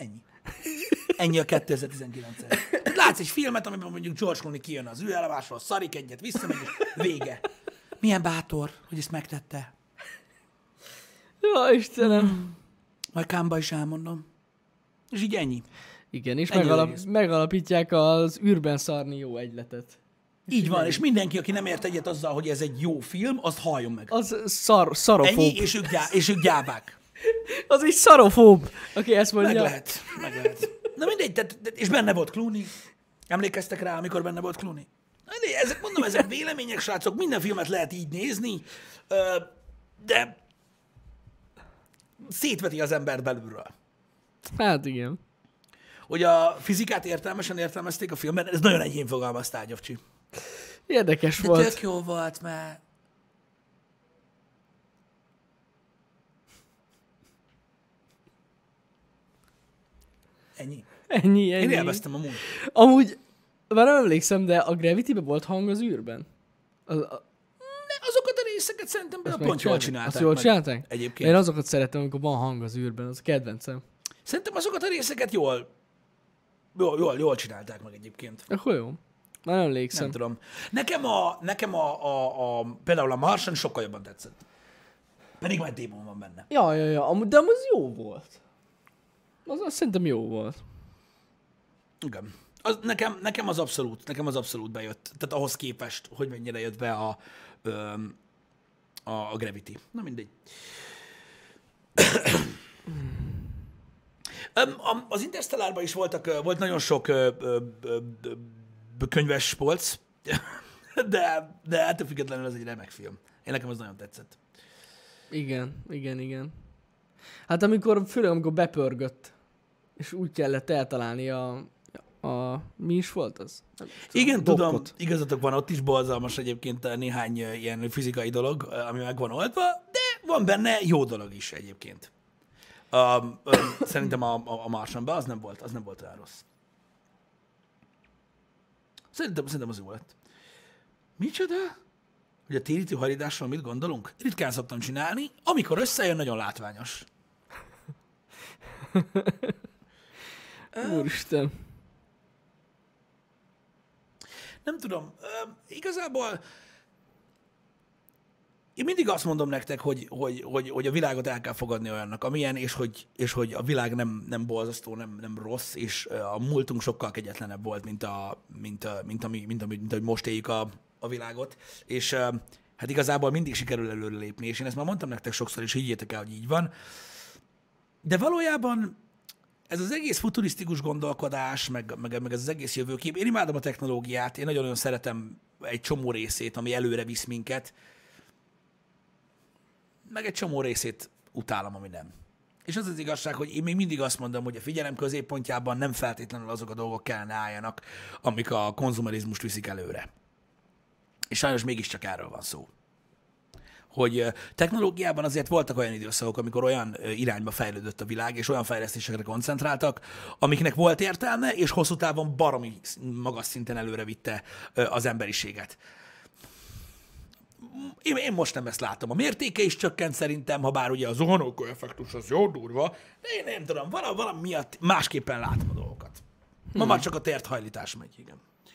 a 2019-es. Látsz egy filmet, amiben mondjuk George Clooney kijön az űrállomásról, szarik egyet, visszamegy, és vége. Milyen bátor, hogy ezt megtette. Ja, Istenem. Majd Kámba is elmondom. És így ennyi. Igen, és Ennyi megalapítják az űrben szarni jó egyletet. Így van, és mindenki, aki nem ért egyet azzal, hogy ez egy jó film, azt halljon meg. Az szarofób. Ennyi, és ők gyávák. Az egy szarofób, aki ezt mondja. Meg lehet. Na mindegy, és benne volt Clooney. Emlékeztek rá, amikor benne volt Clooney? Ezek vélemények, srácok, minden filmet lehet így nézni, de szétveti az embert belülről. Hát igen. Hogy a fizikát értelmesen értelmezték a filmben, ez nagyon enyhén fogalmaztál, Gyofcsi. Érdekes De volt. tök jó volt, mert... Ennyi. Én élveztem amúgy. Amúgy, már nem emlékszem, de a Gravity-ben volt hang az űrben? Azokat a részeket szerintem pont jól csinálták. Azt jól csinálták? Egyébként. Én azokat szeretem, amikor van hang az űrben, az a kedvencem. Szerintem azokat a részeket jól csinálták meg egyébként. Akkor jó. Már nem emlékszem. Nem tudom. Nekem például a Martian sokkal jobban tetszett. Pedig Matt Damon van benne. Ja, de az jó volt. Az szerintem jó volt. Igen. Nekem az abszolút bejött. Tehát ahhoz képest, hogy mennyire jött be a Gravity. Na mindegy. Az Interstellárban is volt nagyon sok könyves polc, de ettől függetlenül ez egy remek film. Nekem az nagyon tetszett. Igen. Hát főleg amikor bepörgött, és úgy kellett eltalálni mi is volt az? Igen, tudom, igazatok van, ott is borzalmas egyébként néhány ilyen fizikai dolog, ami meg van oldva, de van benne jó dolog is egyébként. Szerintem a Martianban az nem volt olyan rossz. Szerintem az jó lett. Micsoda? Hogy a térítő hajlításról mit gondolunk? Ritkán szoktam csinálni, amikor összejön, nagyon látványos. Úristen. Nem tudom, igazából én mindig azt mondom nektek, hogy a világot el kell fogadni olyannak, amilyen, és hogy a világ nem borzasztó, nem rossz, és a múltunk sokkal kegyetlenebb volt, mint ahogy most éljük a világot. És hát igazából mindig sikerül előrelépni, és én ezt már mondtam nektek sokszor, és higgyétek el, hogy így van. De valójában ez az egész futurisztikus gondolkodás, meg ez az egész jövőkép, én imádom a technológiát, én nagyon-nagyon szeretem egy csomó részét, ami előre visz minket, meg egy csomó részét utálom, ami nem. És az az igazság, hogy én még mindig azt mondom, hogy a figyelem középpontjában nem feltétlenül azok a dolgok kellene álljanak, amik a konzumerizmust viszik előre. És sajnos mégiscsak erről van szó. Hogy technológiában azért voltak olyan időszakok, amikor olyan irányba fejlődött a világ, és olyan fejlesztésekre koncentráltak, amiknek volt értelme, és hosszú távon baromi magas szinten előre vitte az emberiséget. Én most nem ezt látom. A mértéke is csökkent szerintem, ha bár ugye a zuhanókő effektus az jó durva, de én nem tudom, valami miatt másképpen látom a dolgokat. Ma már csak a térthajlítás megy, igen.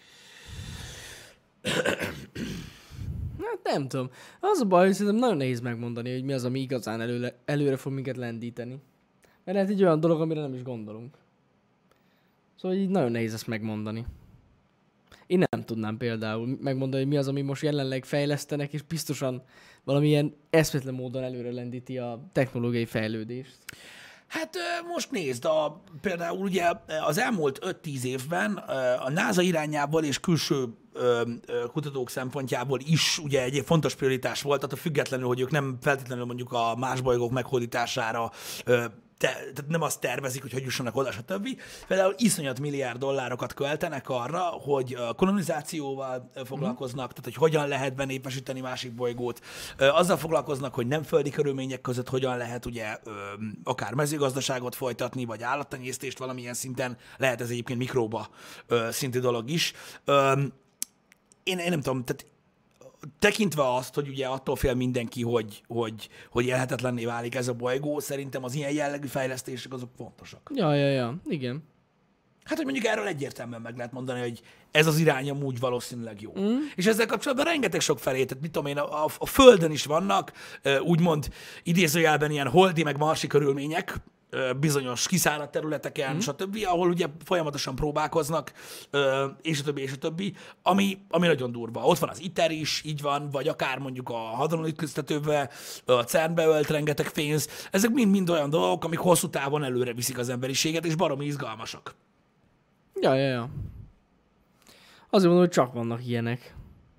Hát nem tudom. Az a baj, hogy szerintem nagyon nehéz megmondani, hogy mi az, ami igazán előre fog minket lendíteni. Mert lehet egy olyan dolog, amire nem is gondolunk. Szóval így nagyon nehéz ezt megmondani. Én nem tudnám például megmondani, hogy mi az, ami most jelenleg fejlesztenek, és biztosan valamilyen eszméletlen módon előre lendíti a technológiai fejlődést. Hát most nézd, például ugye az elmúlt 5-10 évben a NASA irányából és külső kutatók szempontjából is ugye egy fontos prioritás volt, attól függetlenül, hogy ők nem feltétlenül mondjuk a más bolygók meghódítására tehát nem azt tervezik, hogy jussanak oda, stb. Például iszonyat milliárd dollárokat költenek arra, hogy kolonizációval foglalkoznak, tehát hogy hogyan lehet benépesíteni másik bolygót. Azzal foglalkoznak, hogy nem földi körülmények között hogyan lehet ugye akár mezőgazdaságot folytatni, vagy állattenyésztést valamilyen szinten, lehet ez egyébként mikróba szintű dolog is. Én nem tudom, tehát tekintve azt, hogy ugye attól fél mindenki, hogy élhetetlenné válik ez a bolygó, szerintem az ilyen jellegű fejlesztések azok fontosak. Ja, igen. Hát, hogy mondjuk erről egyértelműen meg lehet mondani, hogy ez az irány amúgy valószínűleg jó. És ezzel kapcsolatban rengeteg sok felé, tehát mit tudom én, a Földön is vannak úgymond idézőjelben ilyen holdi meg marsi körülmények, bizonyos kiszáradt területeken, stb., ahol ugye folyamatosan próbálkoznak, és a többi, ami nagyon durva. Ott van az ITER is, így van, vagy akár mondjuk a hadronütköztetőbe, a CERN-be ölt rengeteg pénz. Ezek mind olyan dolgok, amik hosszú távon előre viszik az emberiséget, és baromi izgalmasak. Ja. Azért mondom, hogy csak vannak ilyenek.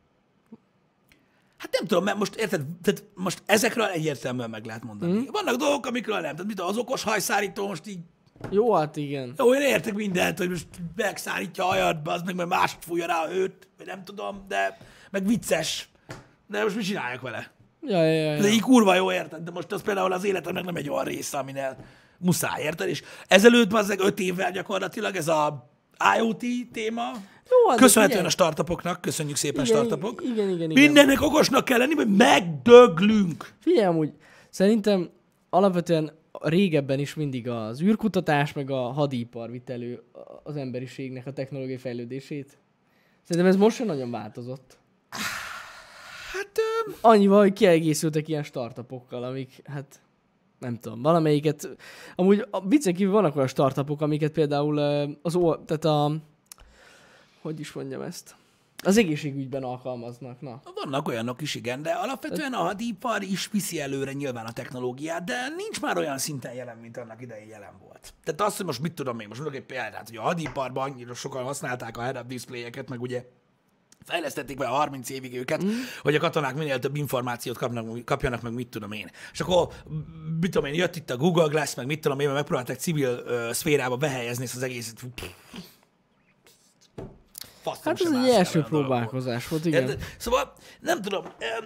Hát nem tudom, mert most érted, tehát most ezekről egyértelműen meg lehet mondani. Vannak dolgok, amikről nem. Tehát mit az okos hajszárító most így... Jó, hát igen. Jó, én értek mindent, hogy most megszárítja a hajadba, az meg másod fújja rá a hőt, vagy nem tudom, de meg vicces. De most mit csináljak vele? Ja. De így kurva jó, érted? De most az például az életemnek nem egy olyan része, aminél muszáj, érted? És ezelőtt az 5 évvel gyakorlatilag ez a IoT téma, jó, köszönhetően a startupoknak, köszönjük szépen startupok. Igen. Mindennek okosnak kell lenni, hogy megdöglünk. Figyelj, amúgy szerintem alapvetően régebben is mindig az űrkutatás, meg a hadipar vitt elő az emberiségnek a technológiai fejlődését. Szerintem ez most sem nagyon változott. Hát... Annyival, hogy kiegészültek ilyen startupokkal, amik, hát nem tudom, valamelyiket... Amúgy a viccen kívül vannak olyan startupok, amiket például hogy is mondjam ezt? Az egészségügyben alkalmaznak, na. Vannak olyanok is, igen, de alapvetően a hadipar is viszi előre nyilván a technológiát, de nincs már olyan szinten jelen, mint annak idején jelen volt. Tehát azt, hogy most mit tudom én, most mondok egy példát, hogy a hadiparban annyira sokan használták a head-up displayeket, meg ugye fejlesztették be a 30 évig őket, hogy a katonák minél több információt kapjanak, meg mit tudom én. És akkor, mit tudom én, jött itt a Google Glass, meg mit tudom én, mert megpróbálták civil szférába behelyezni ezt az egészet. Hát ez egy első próbálkozás volt, igen. Szóval nem tudom,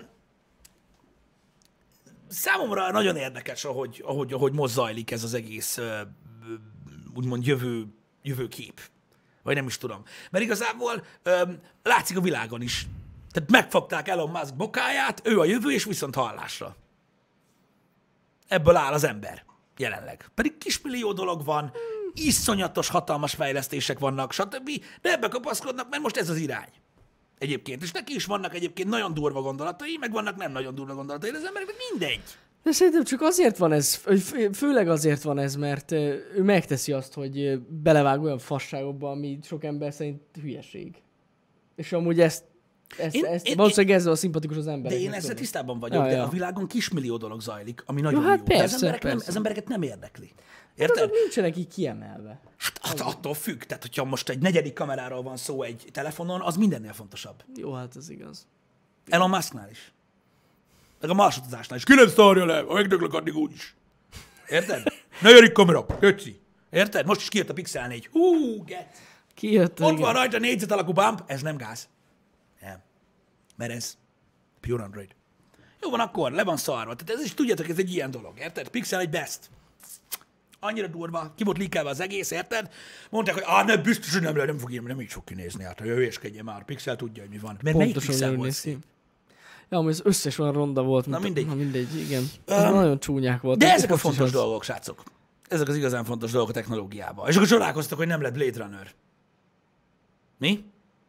számomra nagyon érdekes, ahogy most zajlik ez az egész úgymond jövőkép. Vagy nem is tudom. Mert igazából látszik a világon is. Tehát megfogták Elon Musk bokáját, ő a jövő, és viszont hallásra. Ebből áll az ember jelenleg. Pedig kismillió dolog van, iszonyatos, hatalmas fejlesztések vannak, stb. De ebbe kapaszkodnak, mert most ez az irány. Egyébként. És neki is vannak egyébként nagyon durva gondolatai, meg vannak nem nagyon durva gondolatai, de az embereknek mindegy. De szerintem csak azért van ez, főleg azért van ez, mert ő megteszi azt, hogy belevág olyan fasságokba, ami sok ember szerint hülyeség. És amúgy ezt valószínűleg ezzel a szimpatikus az ember. De én ezzel tisztában vagyok, de a világon kismillió dolog zajlik, ami nagyon hát jó. Persze, az embereket nem érdekli. Érted? Hát nincsenek így kiemelve. Hát attól függ. Tehát, hogyha most egy negyedik kameráról van szó egy telefonon, az mindennél fontosabb. Jó, hát ez igaz. Elon Musknál is. Meg a marsutazásnál is. Ki nem szarja le, ha megdöglök addig úgyis. Érted? Negyedik kamera, köci. Érted? Most is kijött a Pixel 4. Get. Kijött. Ott van rajta négyzet alakú bump, ez nem gáz. Nem. Mert ez pure Android. Jó van, akkor le van szarva. Tehát ez is tudjátok, ez egy ilyen dolog, érted? Pixel egy best. Annyira durva, ki volt líkelve az egész, érted? Mondták, hogy nem, biztos, hogy nem fog nem így fog kinézni, hát, hogy hülyéskedjen már, Pixel tudja, hogy mi van. Mert melyik Pixel volt szép? Ja, ami az összes olyan ronda volt. Na mindegy, igen. Nagyon csúnyák voltak. De ezek a fontos dolgok, srácok. Ezek az igazán fontos dolgok a technológiában. És akkor csodálkoztak, hogy nem lett Blade Runner. Mi?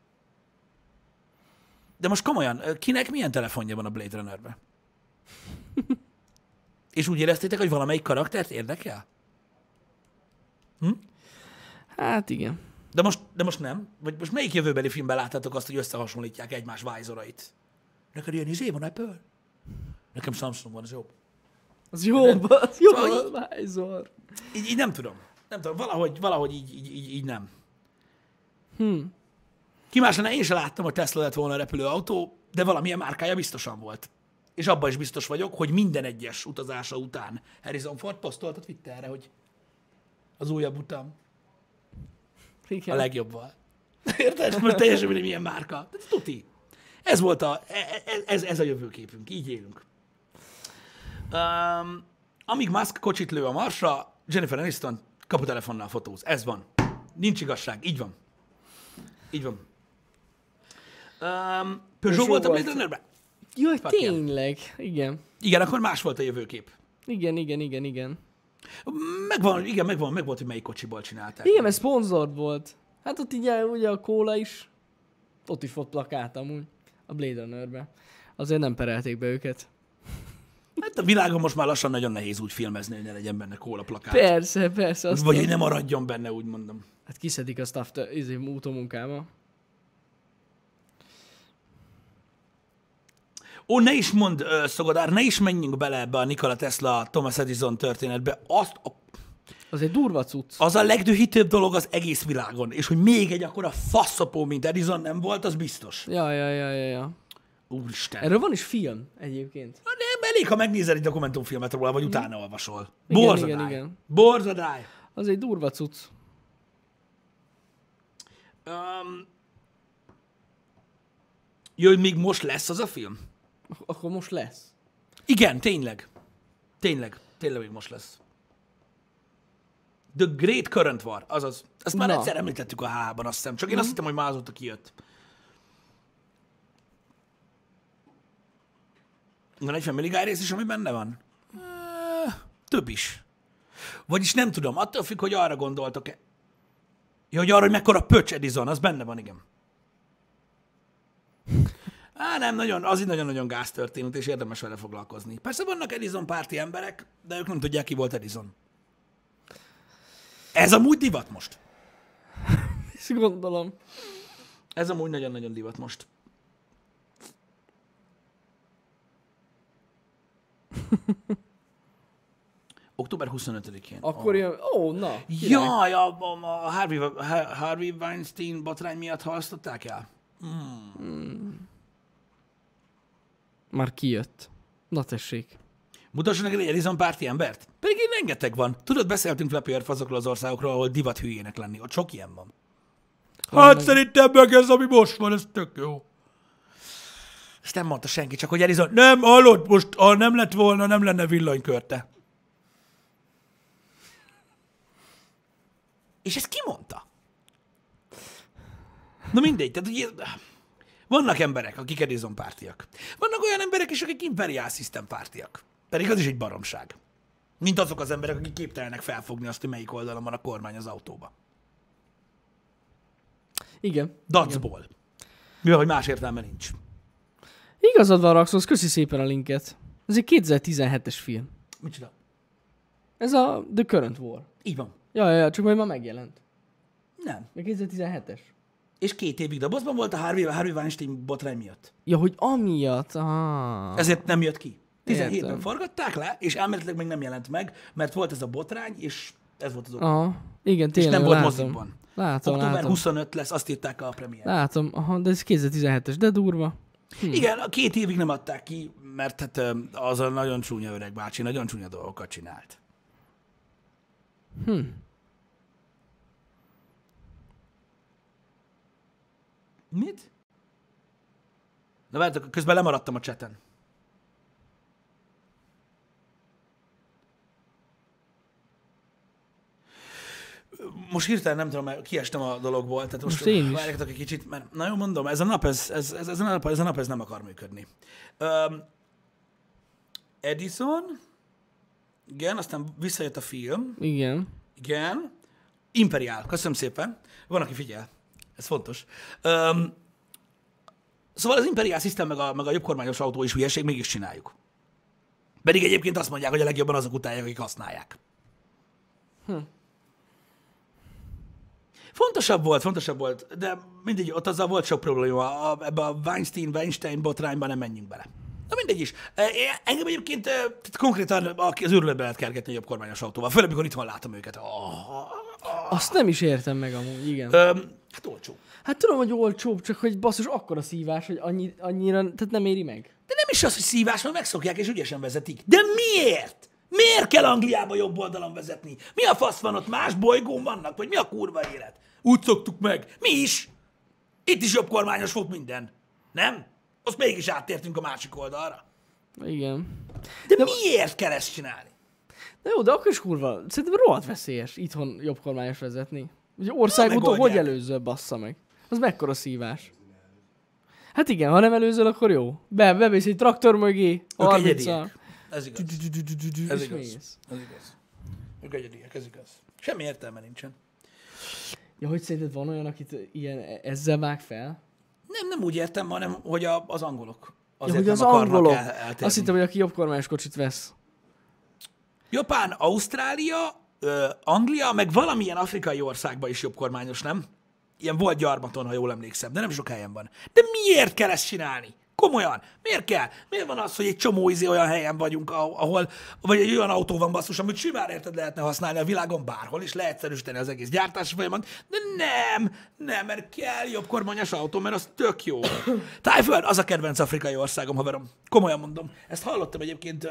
De most komolyan, kinek milyen telefonja van a Blade Runnerben? És úgy éreztétek, hogy valamelyik karaktert érdekel? Hát igen. De most nem? Vagy most melyik jövőbeli filmben láttátok azt, hogy összehasonlítják egymás vájzorait? Neked ilyen izé van Apple? Nekem Samsung van, az jobb. Az jobb, az jobb a vájzor. Így nem tudom. Nem tudom, valahogy így nem. Ki más lenne, én sem láttam, hogy Tesla lett volna a repülőautó, de valamilyen márkája biztosan volt. És abban is biztos vagyok, hogy minden egyes utazása után Harrison Ford posztolt a Twitterre, hogy az újabb utam. Igen. A legjobban. Érted? Most teljesen mindegy, milyen márka. De tuti. Ez volt ez a jövőképünk. Így élünk. Amíg Musk kocsit lő a Marsra, Jennifer Aniston kaputelefonnal fotóz. Ez van. Nincs igazság. Így van. Így van. Peugeot volt a Blade Runnerben? Jaj, tényleg. Igen. Igen, akkor más volt a jövőkép. Igen. Meg volt, hogy melyik kocsiból csinálták. Igen, mert sponsored volt. Hát ott így ugye a kóla is. Ott is volt plakát amúgy. A Blade Runnerben. Azért nem perelték be őket. Hát a világon most már lassan nagyon nehéz úgy filmezni, hogy ne legyen benne kóla plakát. Persze. Vagy hogy ne maradjon benne, úgy mondom. Hát kiszedik a staff utómunkába. Ne is mondd, Szogodár, ne is menjünk bele ebbe a Nikola Tesla, Thomas Edison történetbe. Az egy durva cucc. Az a legdühítőbb dolog az egész világon. És hogy még egy akkora faszapó, mint Edison nem volt, az biztos. Ja. Úristen. Erről van is film egyébként. Nem, elég, ha megnézel egy dokumentumfilmet róla, vagy utána olvasol. Igen. Borzadály. Az egy durva cucc. Hogy még most lesz az a film? Akkor most lesz. Igen, tényleg. Tényleg még most lesz. The Great Current War, azaz. Ezt már egyszer említettük a H-ban, azt hiszem. Csak én azt hittem, hogy már azóta kijött. Van egy Family Guy rész is, ami benne van? Több is. Vagyis nem tudom, attól függ, hogy arra gondoltok-e. Ja, hogy arra, hogy mekkora pöcs Edison, az benne van, igen. Nem, az így nagyon-nagyon gáz történet, és érdemes vele foglalkozni. Persze vannak Edison párti emberek, de ők nem tudják, ki volt Edison. Ez amúgy divat most. És gondolom. Ez amúgy nagyon-nagyon divat most. Október 25-én. Akkor jön... Ó, na. Király. Jaj, a Harvey Weinstein botrány miatt halasztották el? Már kijött. Na tessék. Mutasson neked egy Edison párti embert? Pedig én rengeteg van. Tudod, beszéltünk Lepőért azokról az országokról, ahol divat hülyének lenni. Ott sok ilyen van. Hát szerintem meg ez, ami most van, ez tök jó. Ezt nem mondta senki, csak hogy Edison, nem, hallod, most ha nem lett volna, nem lenne villanykörte. És ezt ki mondta? Na mindegy, tehát ugye, vannak emberek, akik Edison pártiak. Vannak olyan emberek is, akik Imperial System pártiak. Pedig az is egy baromság. Mint azok az emberek, akik képtelenek felfogni azt, hogy melyik oldalon van a kormány az autóba. Igen. Dacból. Mivel, hogy más értelme nincs. Igazad van, Raxos, köszi szépen a linket. Ez egy 2017-es film. Micsoda? Ez a The Current War. Így van. Ja, csak majd már megjelent. Nem. Még 2017-es. És 2 évig dobozban volt a Harvey Weinstein botrány miatt. Ja, hogy amiatt. Ah. Ezért nem jött ki. 17-ben Értem. forgatták le, és elméletileg még nem jelent meg, mert volt ez a botrány, és ez volt az ok. Aha. Igen, És tényleg, nem volt látom. mozikban. Látom, Október látom. 25 lesz, azt írták a premier. Látom, aha, de ez 2017-es, de durva. Igen, a 2 évig nem adták ki, mert hát az a nagyon csúnya öreg bácsi, nagyon csúnya dolgokat csinált. Mit? Na várjátok, közben lemaradtam a chaten. Most hirtelen nem tudom, mert kiestem a dologból, tehát most én is. várjátok egy kicsit, mert nagyon mondom, ez a nap, ez a nap nem akar működni. Edison, igen, aztán visszajött a film, Igen. igen, Imperial, köszönöm szépen, van, aki figyel, ez fontos. Szóval az Imperial System meg a jobbkormányos autó is hülyeség, mégis csináljuk. Pedig egyébként azt mondják, hogy a legjobban azok utálják, akik használják. Fontosabb volt, de mindegy, ott azzal volt sok probléma. Ebbe a Weinstein botrányba nem menjünk bele. Na mindegy is. Engem egyébként konkrétan az őrületbe lehet kergetni a jobb kormányos autóval, főleg, amikor itthon látom őket. Azt nem is értem meg amúgy, igen. Hát olcsó. Hát tudom, hogy olcsóbb, csak hogy basszus akkora szívás, hogy annyira, tehát nem éri meg. De nem is az, hogy szívás, mert megszokják és ügyesen vezetik. De miért? Miért kell Angliába jobb oldalon vezetni? Mi a fasz van ott? Más bolygón vannak? Vagy mi a kurva élet? Úgy szoktuk meg. Mi is? Itt is jobb kormányos volt minden. Nem? Azt mégis áttértünk a másik oldalra. Igen. De miért kell ezt csinálni? De jó, de akkor is kurva. Szerintem rohadt veszélyes itthon jobb kormányos vezetni. Ugye országúton megoldják. hogy előzöl, bassza meg? Az mekkora szívás. Hát igen, ha nem előzöl, akkor jó. Bemész egy traktor mögé, Ők 30-al. egyediek. Ez igaz. Ez és igaz. mész. Ez igaz. Ők egyediek, ez igaz. Semmi értelme nincsen. Ja, hogy szerinted van olyan, akit ilyen ezzel vág fel? Nem úgy értem, hanem hogy az angolok. Ja, Azért hogy nem az akarnak angolok. eltérni. Azt hittem, hogy aki jobb kormányos kocsit vesz. Japán, Ausztrália, Anglia, meg valamilyen afrikai országban is jobb kormányos, nem? Ilyen volt Gyarmaton, ha jól emlékszem, de nem sok helyen van. De miért kell ezt csinálni? Komolyan. Miért kell? Miért van az, hogy egy csomó olyan helyen vagyunk, ahol, vagy egy olyan autó van basszus, amit simán érted lehetne használni a világon bárhol, és leegyszerűsíteni az egész gyártási folyamat, de nem, mert kell jobb kormányos autó, mert az tök jó. Tájföld, az a kedvenc afrikai országom, haverom. Komolyan mondom. Ezt hallottam egyébként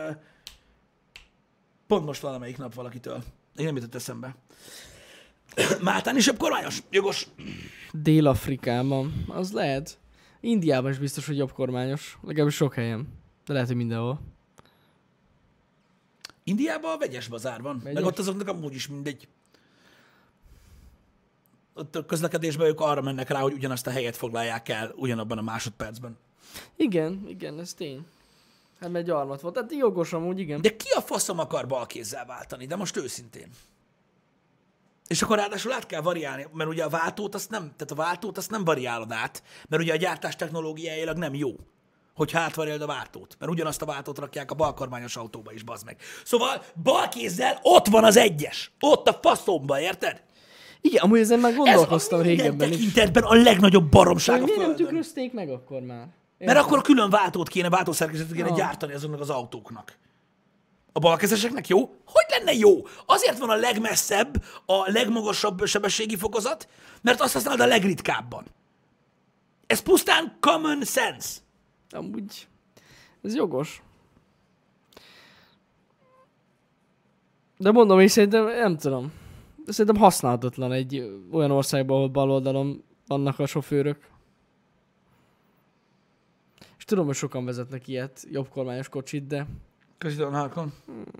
pont most valamelyik nap valakitől. Én nem jutott eszembe. Máltán is jobb kormányos? Jogos. Dél-Afrikában. Az lehet. Indiában is biztos, hogy jobb kormányos. Legalábbis sok helyen. De lehet, hogy mindenhol. Indiában a vegyes bazár van. Vegyes? Meg ott azoknak amúgy is mindegy. Ott a közlekedésben ők arra mennek rá, hogy ugyanazt a helyet foglalják el ugyanabban a másodpercben. Igen, ez tény. Hát mert gyarmat volt. Tehát jogos amúgy, igen. De ki a faszom akar balkézzel váltani? De most őszintén. És akkor ráadásul át kell variálni, mert ugye a váltót azt nem variálod át, mert ugye a gyártás technológiailag nem jó, hogyha átvariálod a váltót. Mert ugyanazt a váltót rakják a balkormányos autóba is, bazd meg. Szóval balkézzel ott van az egyes. Ott a faszomba, érted? Igen, amúgy ezen már gondolkoztam ez régebben is. tekintetben a legnagyobb baromság a Miért nem Földön. tükrözték meg akkor már? Mert akkor külön váltószerkezetet kéne Ah. gyártani azoknak az autóknak. A balkezeseknek jó? Hogy lenne jó? Azért van a legmesszebb, a legmagasabb sebességi fokozat, mert azt használod a legritkábban. Ez pusztán common sense. Amúgy ez jogos. De mondom, és szerintem, nem tudom. De szerintem használhatatlan egy olyan országban, ahol bal oldalon vannak a sofőrök. És tudom, hogy sokan vezetnek ilyet, jobbkormányos kocsit, de Köszönöm, Hákon.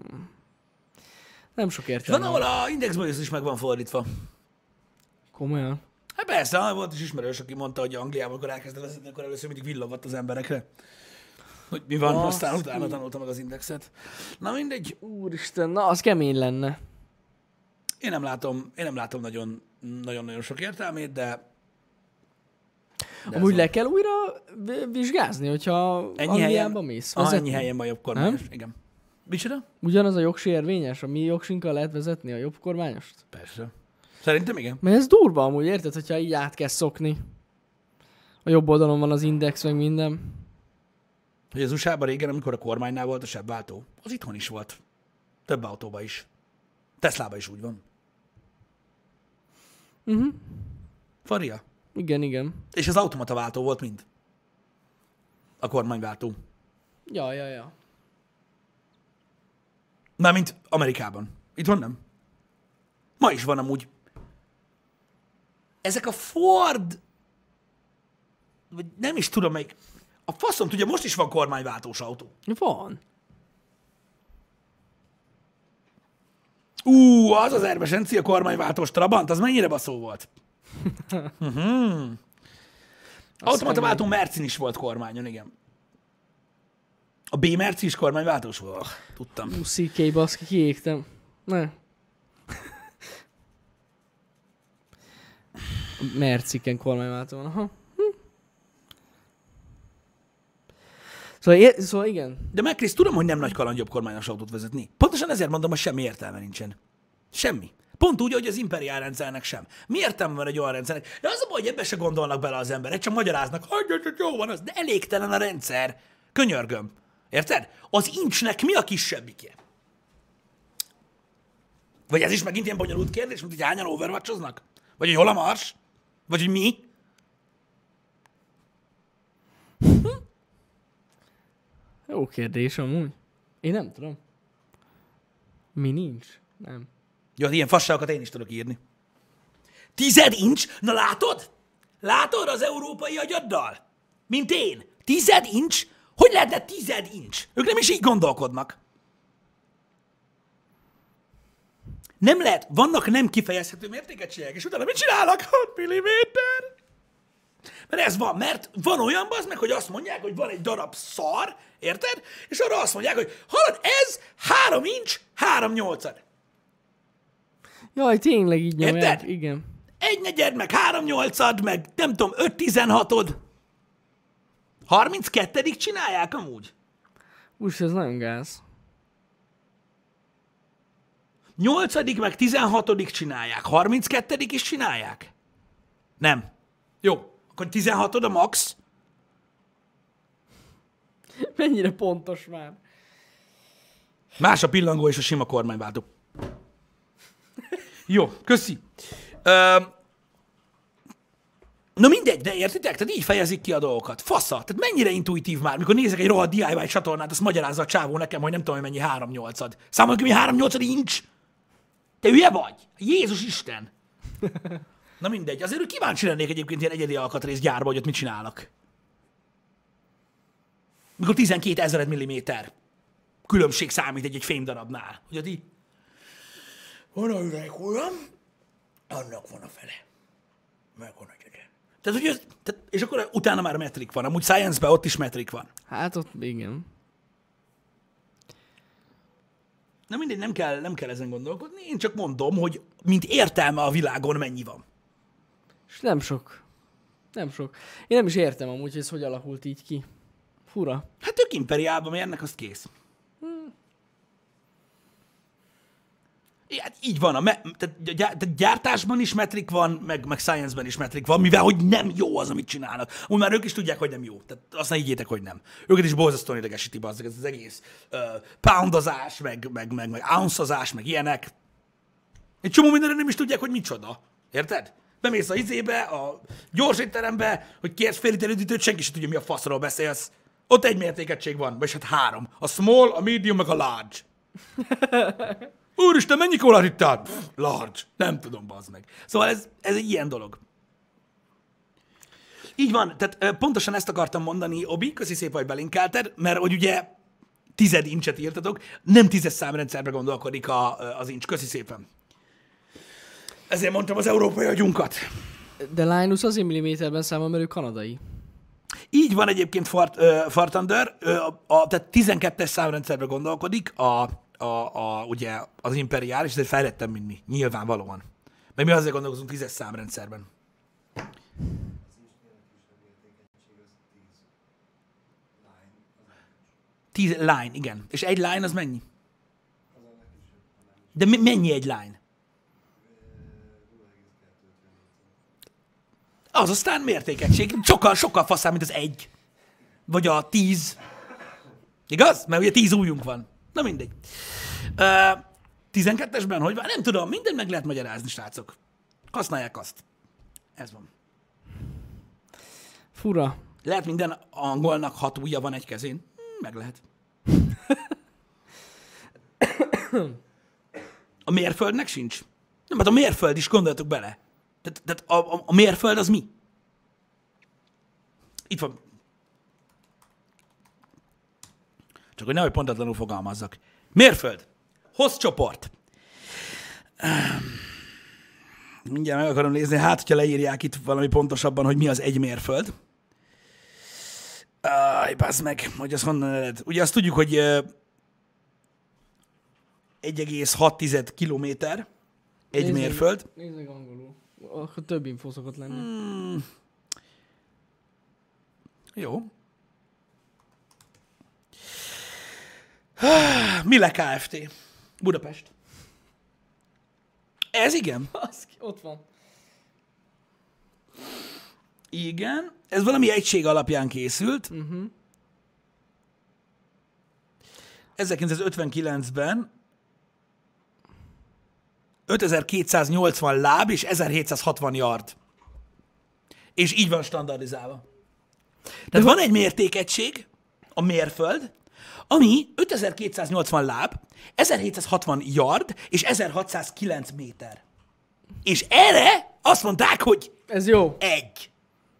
nem sok Van, értelme. ahol a indexből is meg van fordítva. Komolyan? Hát persze, volt is ismerős, aki mondta, hogy Angliában, amikor elkezdte vezetni, akkor először mindig villogott az emberekre. Hogy mi van, aztán utána tanulta meg az indexet. Na mindegy. Úristen, na az kemény lenne. Én nem látom nagyon sok értelmét, de Amúgy le kell újra vizsgázni, hogyha Angliába mész. Ennyi vezetni? helyen van jobb kormányos. Igen. Micsoda? Ugyanaz a jogsi érvényes? A mi jogsinkkal lehet vezetni a jobb kormányost? Persze. Szerintem igen. Mert ez durva amúgy, érted, hogyha így át kell szokni. A jobb oldalon van az index, meg minden. Hogy az USA-ban régen, amikor a kormánynál volt a sebváltó, az itthon is volt. Több autóban is. Teslában is úgy van. Faria. Igen, igen. És az automata váltó volt mind. A kormányváltó. Ja. Mármint Amerikában. Itt van nem? Ma is van amúgy. Ezek a Ford... Vagy nem is tudom melyik... A faszom tudja, most is van kormányváltós autó. Van. Az az Erbesenci, a kormányváltós Trabant, az mennyire baszó volt? Automata váltó Mercin is volt kormányon, igen. A B Merci is kormányváltós volt? Tudtam. CK baszki, kiégtem. Ne. Merciken kormányváltón, aha. Szóval igen. De meg Krisz, tudom, hogy nem nagy kaland jobb kormányos autót vezetni. Pontosan ezért mondom, hogy semmi értelme nincsen. Semmi. Pont úgy, hogy az imperiál rendszernek sem. Mi értelme van egy olyan rendszernek? De az a baj, hogy ebbe se gondolnak bele az emberek, csak magyaráznak, hogy jó van az, de elégtelen a rendszer. Könyörgöm. Érted? Az incsnek mi a kisebbikje? Vagy ez is megint ilyen bonyolult kérdés, mint hogy hányan overwatchoznak? Vagy hogy hol a mars? Vagy hogy mi? Jó kérdés amúgy. Én nem tudom. Mi nincs? Nem. Jó, ilyen fasságokat én is tudok írni. 10 inch? Na látod? Látod az európai agyaddal? Mint én. 10 inch? Hogy lehetne 10 inch? Ők nem is így gondolkodnak. Nem lehet, vannak nem kifejezhető mértéket csinálják, és utána mit csinálnak? 6 milliméter. Mert ez van, mert van olyan bazd meg, hogy azt mondják, hogy van egy darab szar, érted? És arra azt mondják, hogy hallod, ez 3 inch, 3 nyolcad. Jaj, tényleg így nyomják. Érted? Igen. 1/4, meg 3 nyolcad, meg nem tudom, 5 16-od. 32 csinálják amúgy. Úgyhogy ez nagyon gáz. 8. meg 16. csinálják. 32. is csinálják? Nem. Jó. Akkor 16 a max. Mennyire pontos már. Más a pillangó és a sima kormányváltó. Jó, köszi. Na mindegy, de értitek? Tehát így fejezik ki a dolgokat. Fasza. Tehát mennyire intuitív már, mikor nézek egy rohadt DIY csatornát, azt magyarázza a csávó nekem, hogy nem tudom, hogy mennyi 3 nyolcad. Számolj ki, mi 3 nyolcad inch? Te hülye vagy? Jézus Isten! Na mindegy. Azért kíváncsi lennék egyébként ilyen egyedi alkatrészgyárba, hogy ott mit csinálnak. Mikor 12 000 milliméter különbség számít egy fémdarabnál. Hogy ott így van a üveghullam, annak van a fele. Meg van a gyögyre. Tehát, hogy és akkor utána már metrik van. Amúgy Science-ben ott is metrik van. Hát ott igen. Na mindegy, nem kell ezen gondolkodni. Én csak mondom, hogy mint értelme a világon mennyi van. És nem sok. Nem sok. Én nem is értem amúgy, hogy ez hogy alakult így ki. Fura. Hát ők imperiálban mérnek, azt kész. Hát így van, tehát gyártásban is metrik van, meg science-ben is metrik van, mivel hogy nem jó az, amit csinálnak. Úgy már ők is tudják, hogy nem jó. Tehát azt ne higgyétek, hogy nem. Őket is borzasztóan idegesíti bazzeg, ez az egész poundozás, meg ounceozás, meg ilyenek. Egy csomó mindenre nem is tudják, hogy micsoda. Érted? Bemész a izébe, a gyors étterembe, hogy kérsz fél liter üdítőt, senki sem tudja, mi a faszról beszélsz. Ott egy mértékegység van, vagy hát 3. A small, a medium, meg a large. Úristen, mennyi kólát ittál? Large. Nem tudom, bazd meg. Szóval ez egy ilyen dolog. Így van, tehát pontosan ezt akartam mondani, Obi, köszi szépen, hogy belinkelted, mert hogy ugye 10 incset írtatok, nem 10-es számrendszerbe gondolkodik az incs. Köszi szépen. Ezért mondtam az európai agyunkat. De Linus azért milliméterben számol, mert ő kanadai. Így van egyébként Fartander, tehát 12-es számrendszerbe gondolkodik, ugye az imperiális, ezért fejlettem, mint mi, nyilvánvalóan. Mert mi azért gondolkozunk 10-es számrendszerben. 10 line, igen. És egy line az mennyi? De mennyi egy line? Az aztán mértékegység. Sokkal faszább, mint az 1. Vagy a 10. Igaz? Mert ugye 10 ujjunk van. Na mindegy. 12-esben hogy van? Nem tudom, mindent meg lehet magyarázni, srácok. Használják azt. Ez van. Fura. Lehet minden angolnak 6 ujja van egy kezén. Meg lehet. A mérföldnek sincs? Nem, hát a mérföld is, gondoljatok bele. Tehát a mérföld az mi? Itt van. Csak hogy nehogy pontatlanul fogalmazzak. Mérföld. Hosszcsoport. Mindjárt meg akarom nézni, hát, hogyha leírják itt valami pontosabban, hogy mi az egy mérföld. Bázd meg, hogy az honnan ered. Ugye azt tudjuk, hogy 1,6 kilométer egy mérföld. Nézd meg angolul. Akkor több infó szokott lenni. Jó. Mille Kft. Budapest. Ez igen. Ott van. Igen. Ez valami egység alapján készült. 1959-ben 5280 láb és 1760 yard. És így van standardizálva. Tehát van egy mértékegység, a mérföld, ami 5280 láb, 1760 yard és 1609 méter. És erre azt mondták, hogy ez jó. Egy.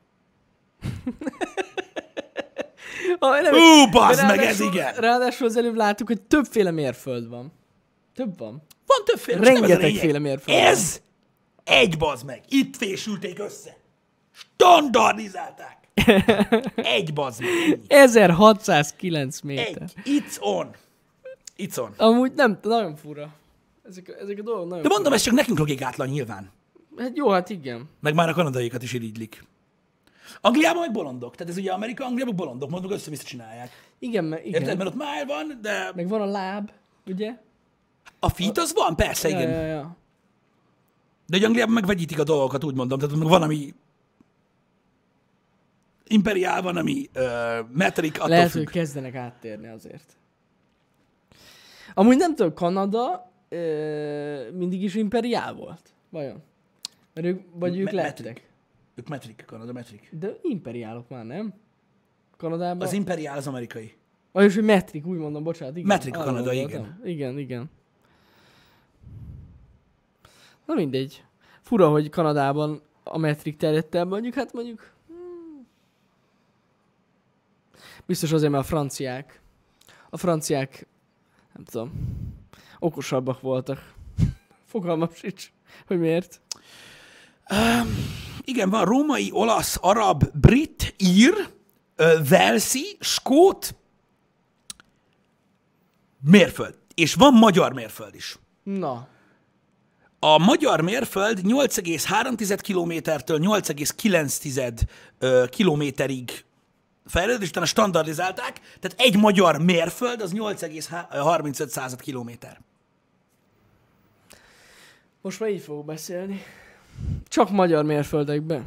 Bazd meg, ez igen. Ráadásul az előbb láttuk, hogy többféle mérföld van. Több van. Van többféle. Rengetegféle mérföld. Ez egy, bazd meg. Itt fésülték össze. Standardizálták. Egy, bazd meg. 1609 méter. Egy. It's on. Amúgy nem, nagyon fura. Ezek a dolgok nagyon De mondom, fura. ez csak nekünk logikátlan nyilván. Hát jó, hát igen. Meg már a kanadaiakat is irigylik. Angliában meg bolondok. Tehát ez ugye Amerika, Angliában bolondok. Mondjuk össze-vissza csinálják. Igen. Érted? Mert ott máj van, de... Meg van a láb, ugye? A feet az van, persze, igen. Ja. De hogy Angliában megvegyítik a dolgokat, úgy mondom. Tehát van, ami imperiál, van, ami metrik, attól Lehet, függ. hogy kezdenek áttérni azért. Amúgy nem tudom, Kanada mindig is imperiál volt? Vajon? Mert ők lettek. Ők metrik, Kanada metrik. De imperiálok már, nem? Kanadában? Az imperiál az amerikai. Vagyis, hogy metrik, úgy mondom, bocsánat. Igen. Metrik a Kanada, igen. Igen. Na mindegy. Fura, hogy Kanadában a metrik terjedt el, mondjuk. Biztos azért, mert a franciák, nem tudom, okosabbak voltak. Fogalmam sincs, hogy miért. Igen, van római, olasz, arab, brit, ír, velszi, skót, mérföld. És van magyar mérföld is. Na. A magyar mérföld 8,3 kilométertől 8,9 kilométerig fejlődött, és utána standardizálták, tehát egy magyar mérföld az 8,35 kilométer. Most már így fogok beszélni. Csak magyar mérföldekben.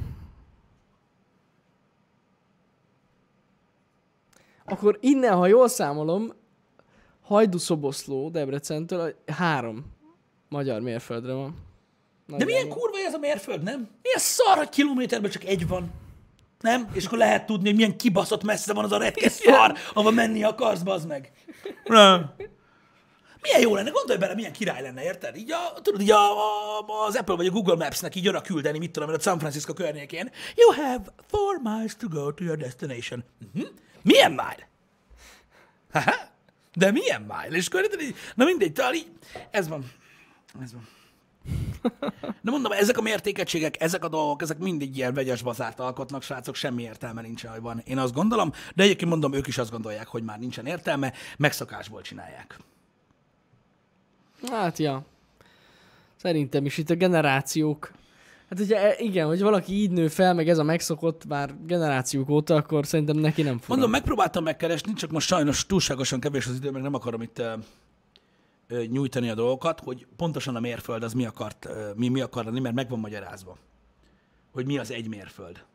Akkor innen, ha jól számolom, Hajdú-Szoboszló Debrecentől 3 magyar mérföldre van. De milyen kurva ez a mérföld, nem? Milyen szar, hogy kilométerben csak egy van. Nem? És akkor lehet tudni, hogy milyen kibaszott messze van az a retkes szar, ahova menni akarsz, bazd meg. Nem. Milyen jó lenne, gondolj bele, milyen király lenne, érted? Így tudod, így az Apple vagy a Google Maps-nek így oda küldeni, mit tudom, a San Francisco környékén. You have 4 miles to go to your destination. Milyen mile? Haha. De milyen mile? És akkor, na mindegy, talán így, ez van. De mondom, ezek a mértékegységek, ezek a dolgok, ezek mindig ilyen vegyes bazárt alkotnak, srácok, semmi értelme nincsen, hogy van. Én azt gondolom, de egyébként mondom, ők is azt gondolják, hogy már nincsen értelme, megszokásból csinálják. Hát, ja. Szerintem is itt a generációk. Hát ugye igen, hogy valaki így nő fel, meg ez a megszokott már generációk óta, akkor szerintem neki nem fura. Mondom, megpróbáltam megkeresni, csak most sajnos túlságosan kevés az idő, meg nem akarom itt nyújtani a dolgokat, hogy pontosan a mérföld az mi akar lenni, mert meg van magyarázva, hogy mi az egy mérföld.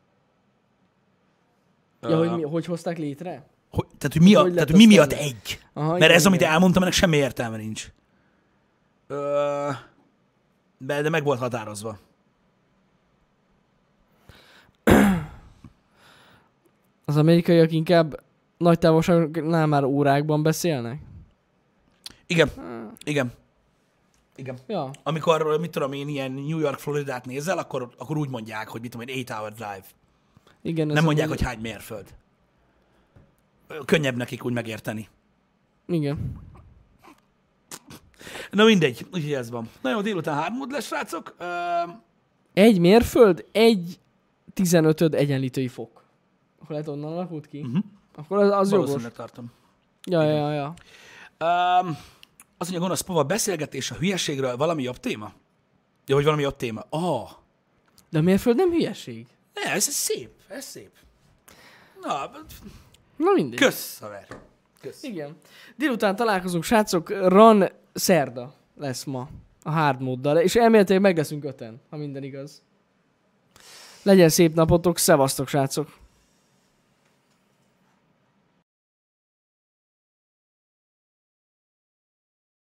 Ja, hogy hozták létre? Tehát mi miatt egy? Aha, mert igen, ez, amit igen. elmondtam, ennek semmi értelme nincs. De meg volt határozva. Az amerikaiak inkább nagy távolságnál már órákban beszélnek? Igen. Ja. Amikor, mit tudom én, ilyen New York, Floridát nézel, akkor úgy mondják, hogy mit tudom én, 8 hour drive. Igen, Nem mondják, hogy hány mérföld. Könnyebb nekik úgy megérteni. Igen. Na mindegy, úgyhogy ez van. Na jó, délután 3 lesz, srácok. Egy mérföld, 1/15 egyenlítői fok. Akkor lehet onnan alakult ki? Akkor az jogos. Valószínűleg tartom. Ja. Azt mondja, gonosz Pova, beszélgetés a hülyeségről valami jobb téma? Ja, vagy valami jobb téma. De a mérföld nem hülyeség. Ne, ez szép. Na mindegy. Kösz, haver. Kösz. Igen. Délután találkozunk, srácok. Run szerda lesz ma a hard móddal, és elméletileg meg leszünk 5-en, ha minden igaz. Legyen szép napotok, szevasztok, srácok!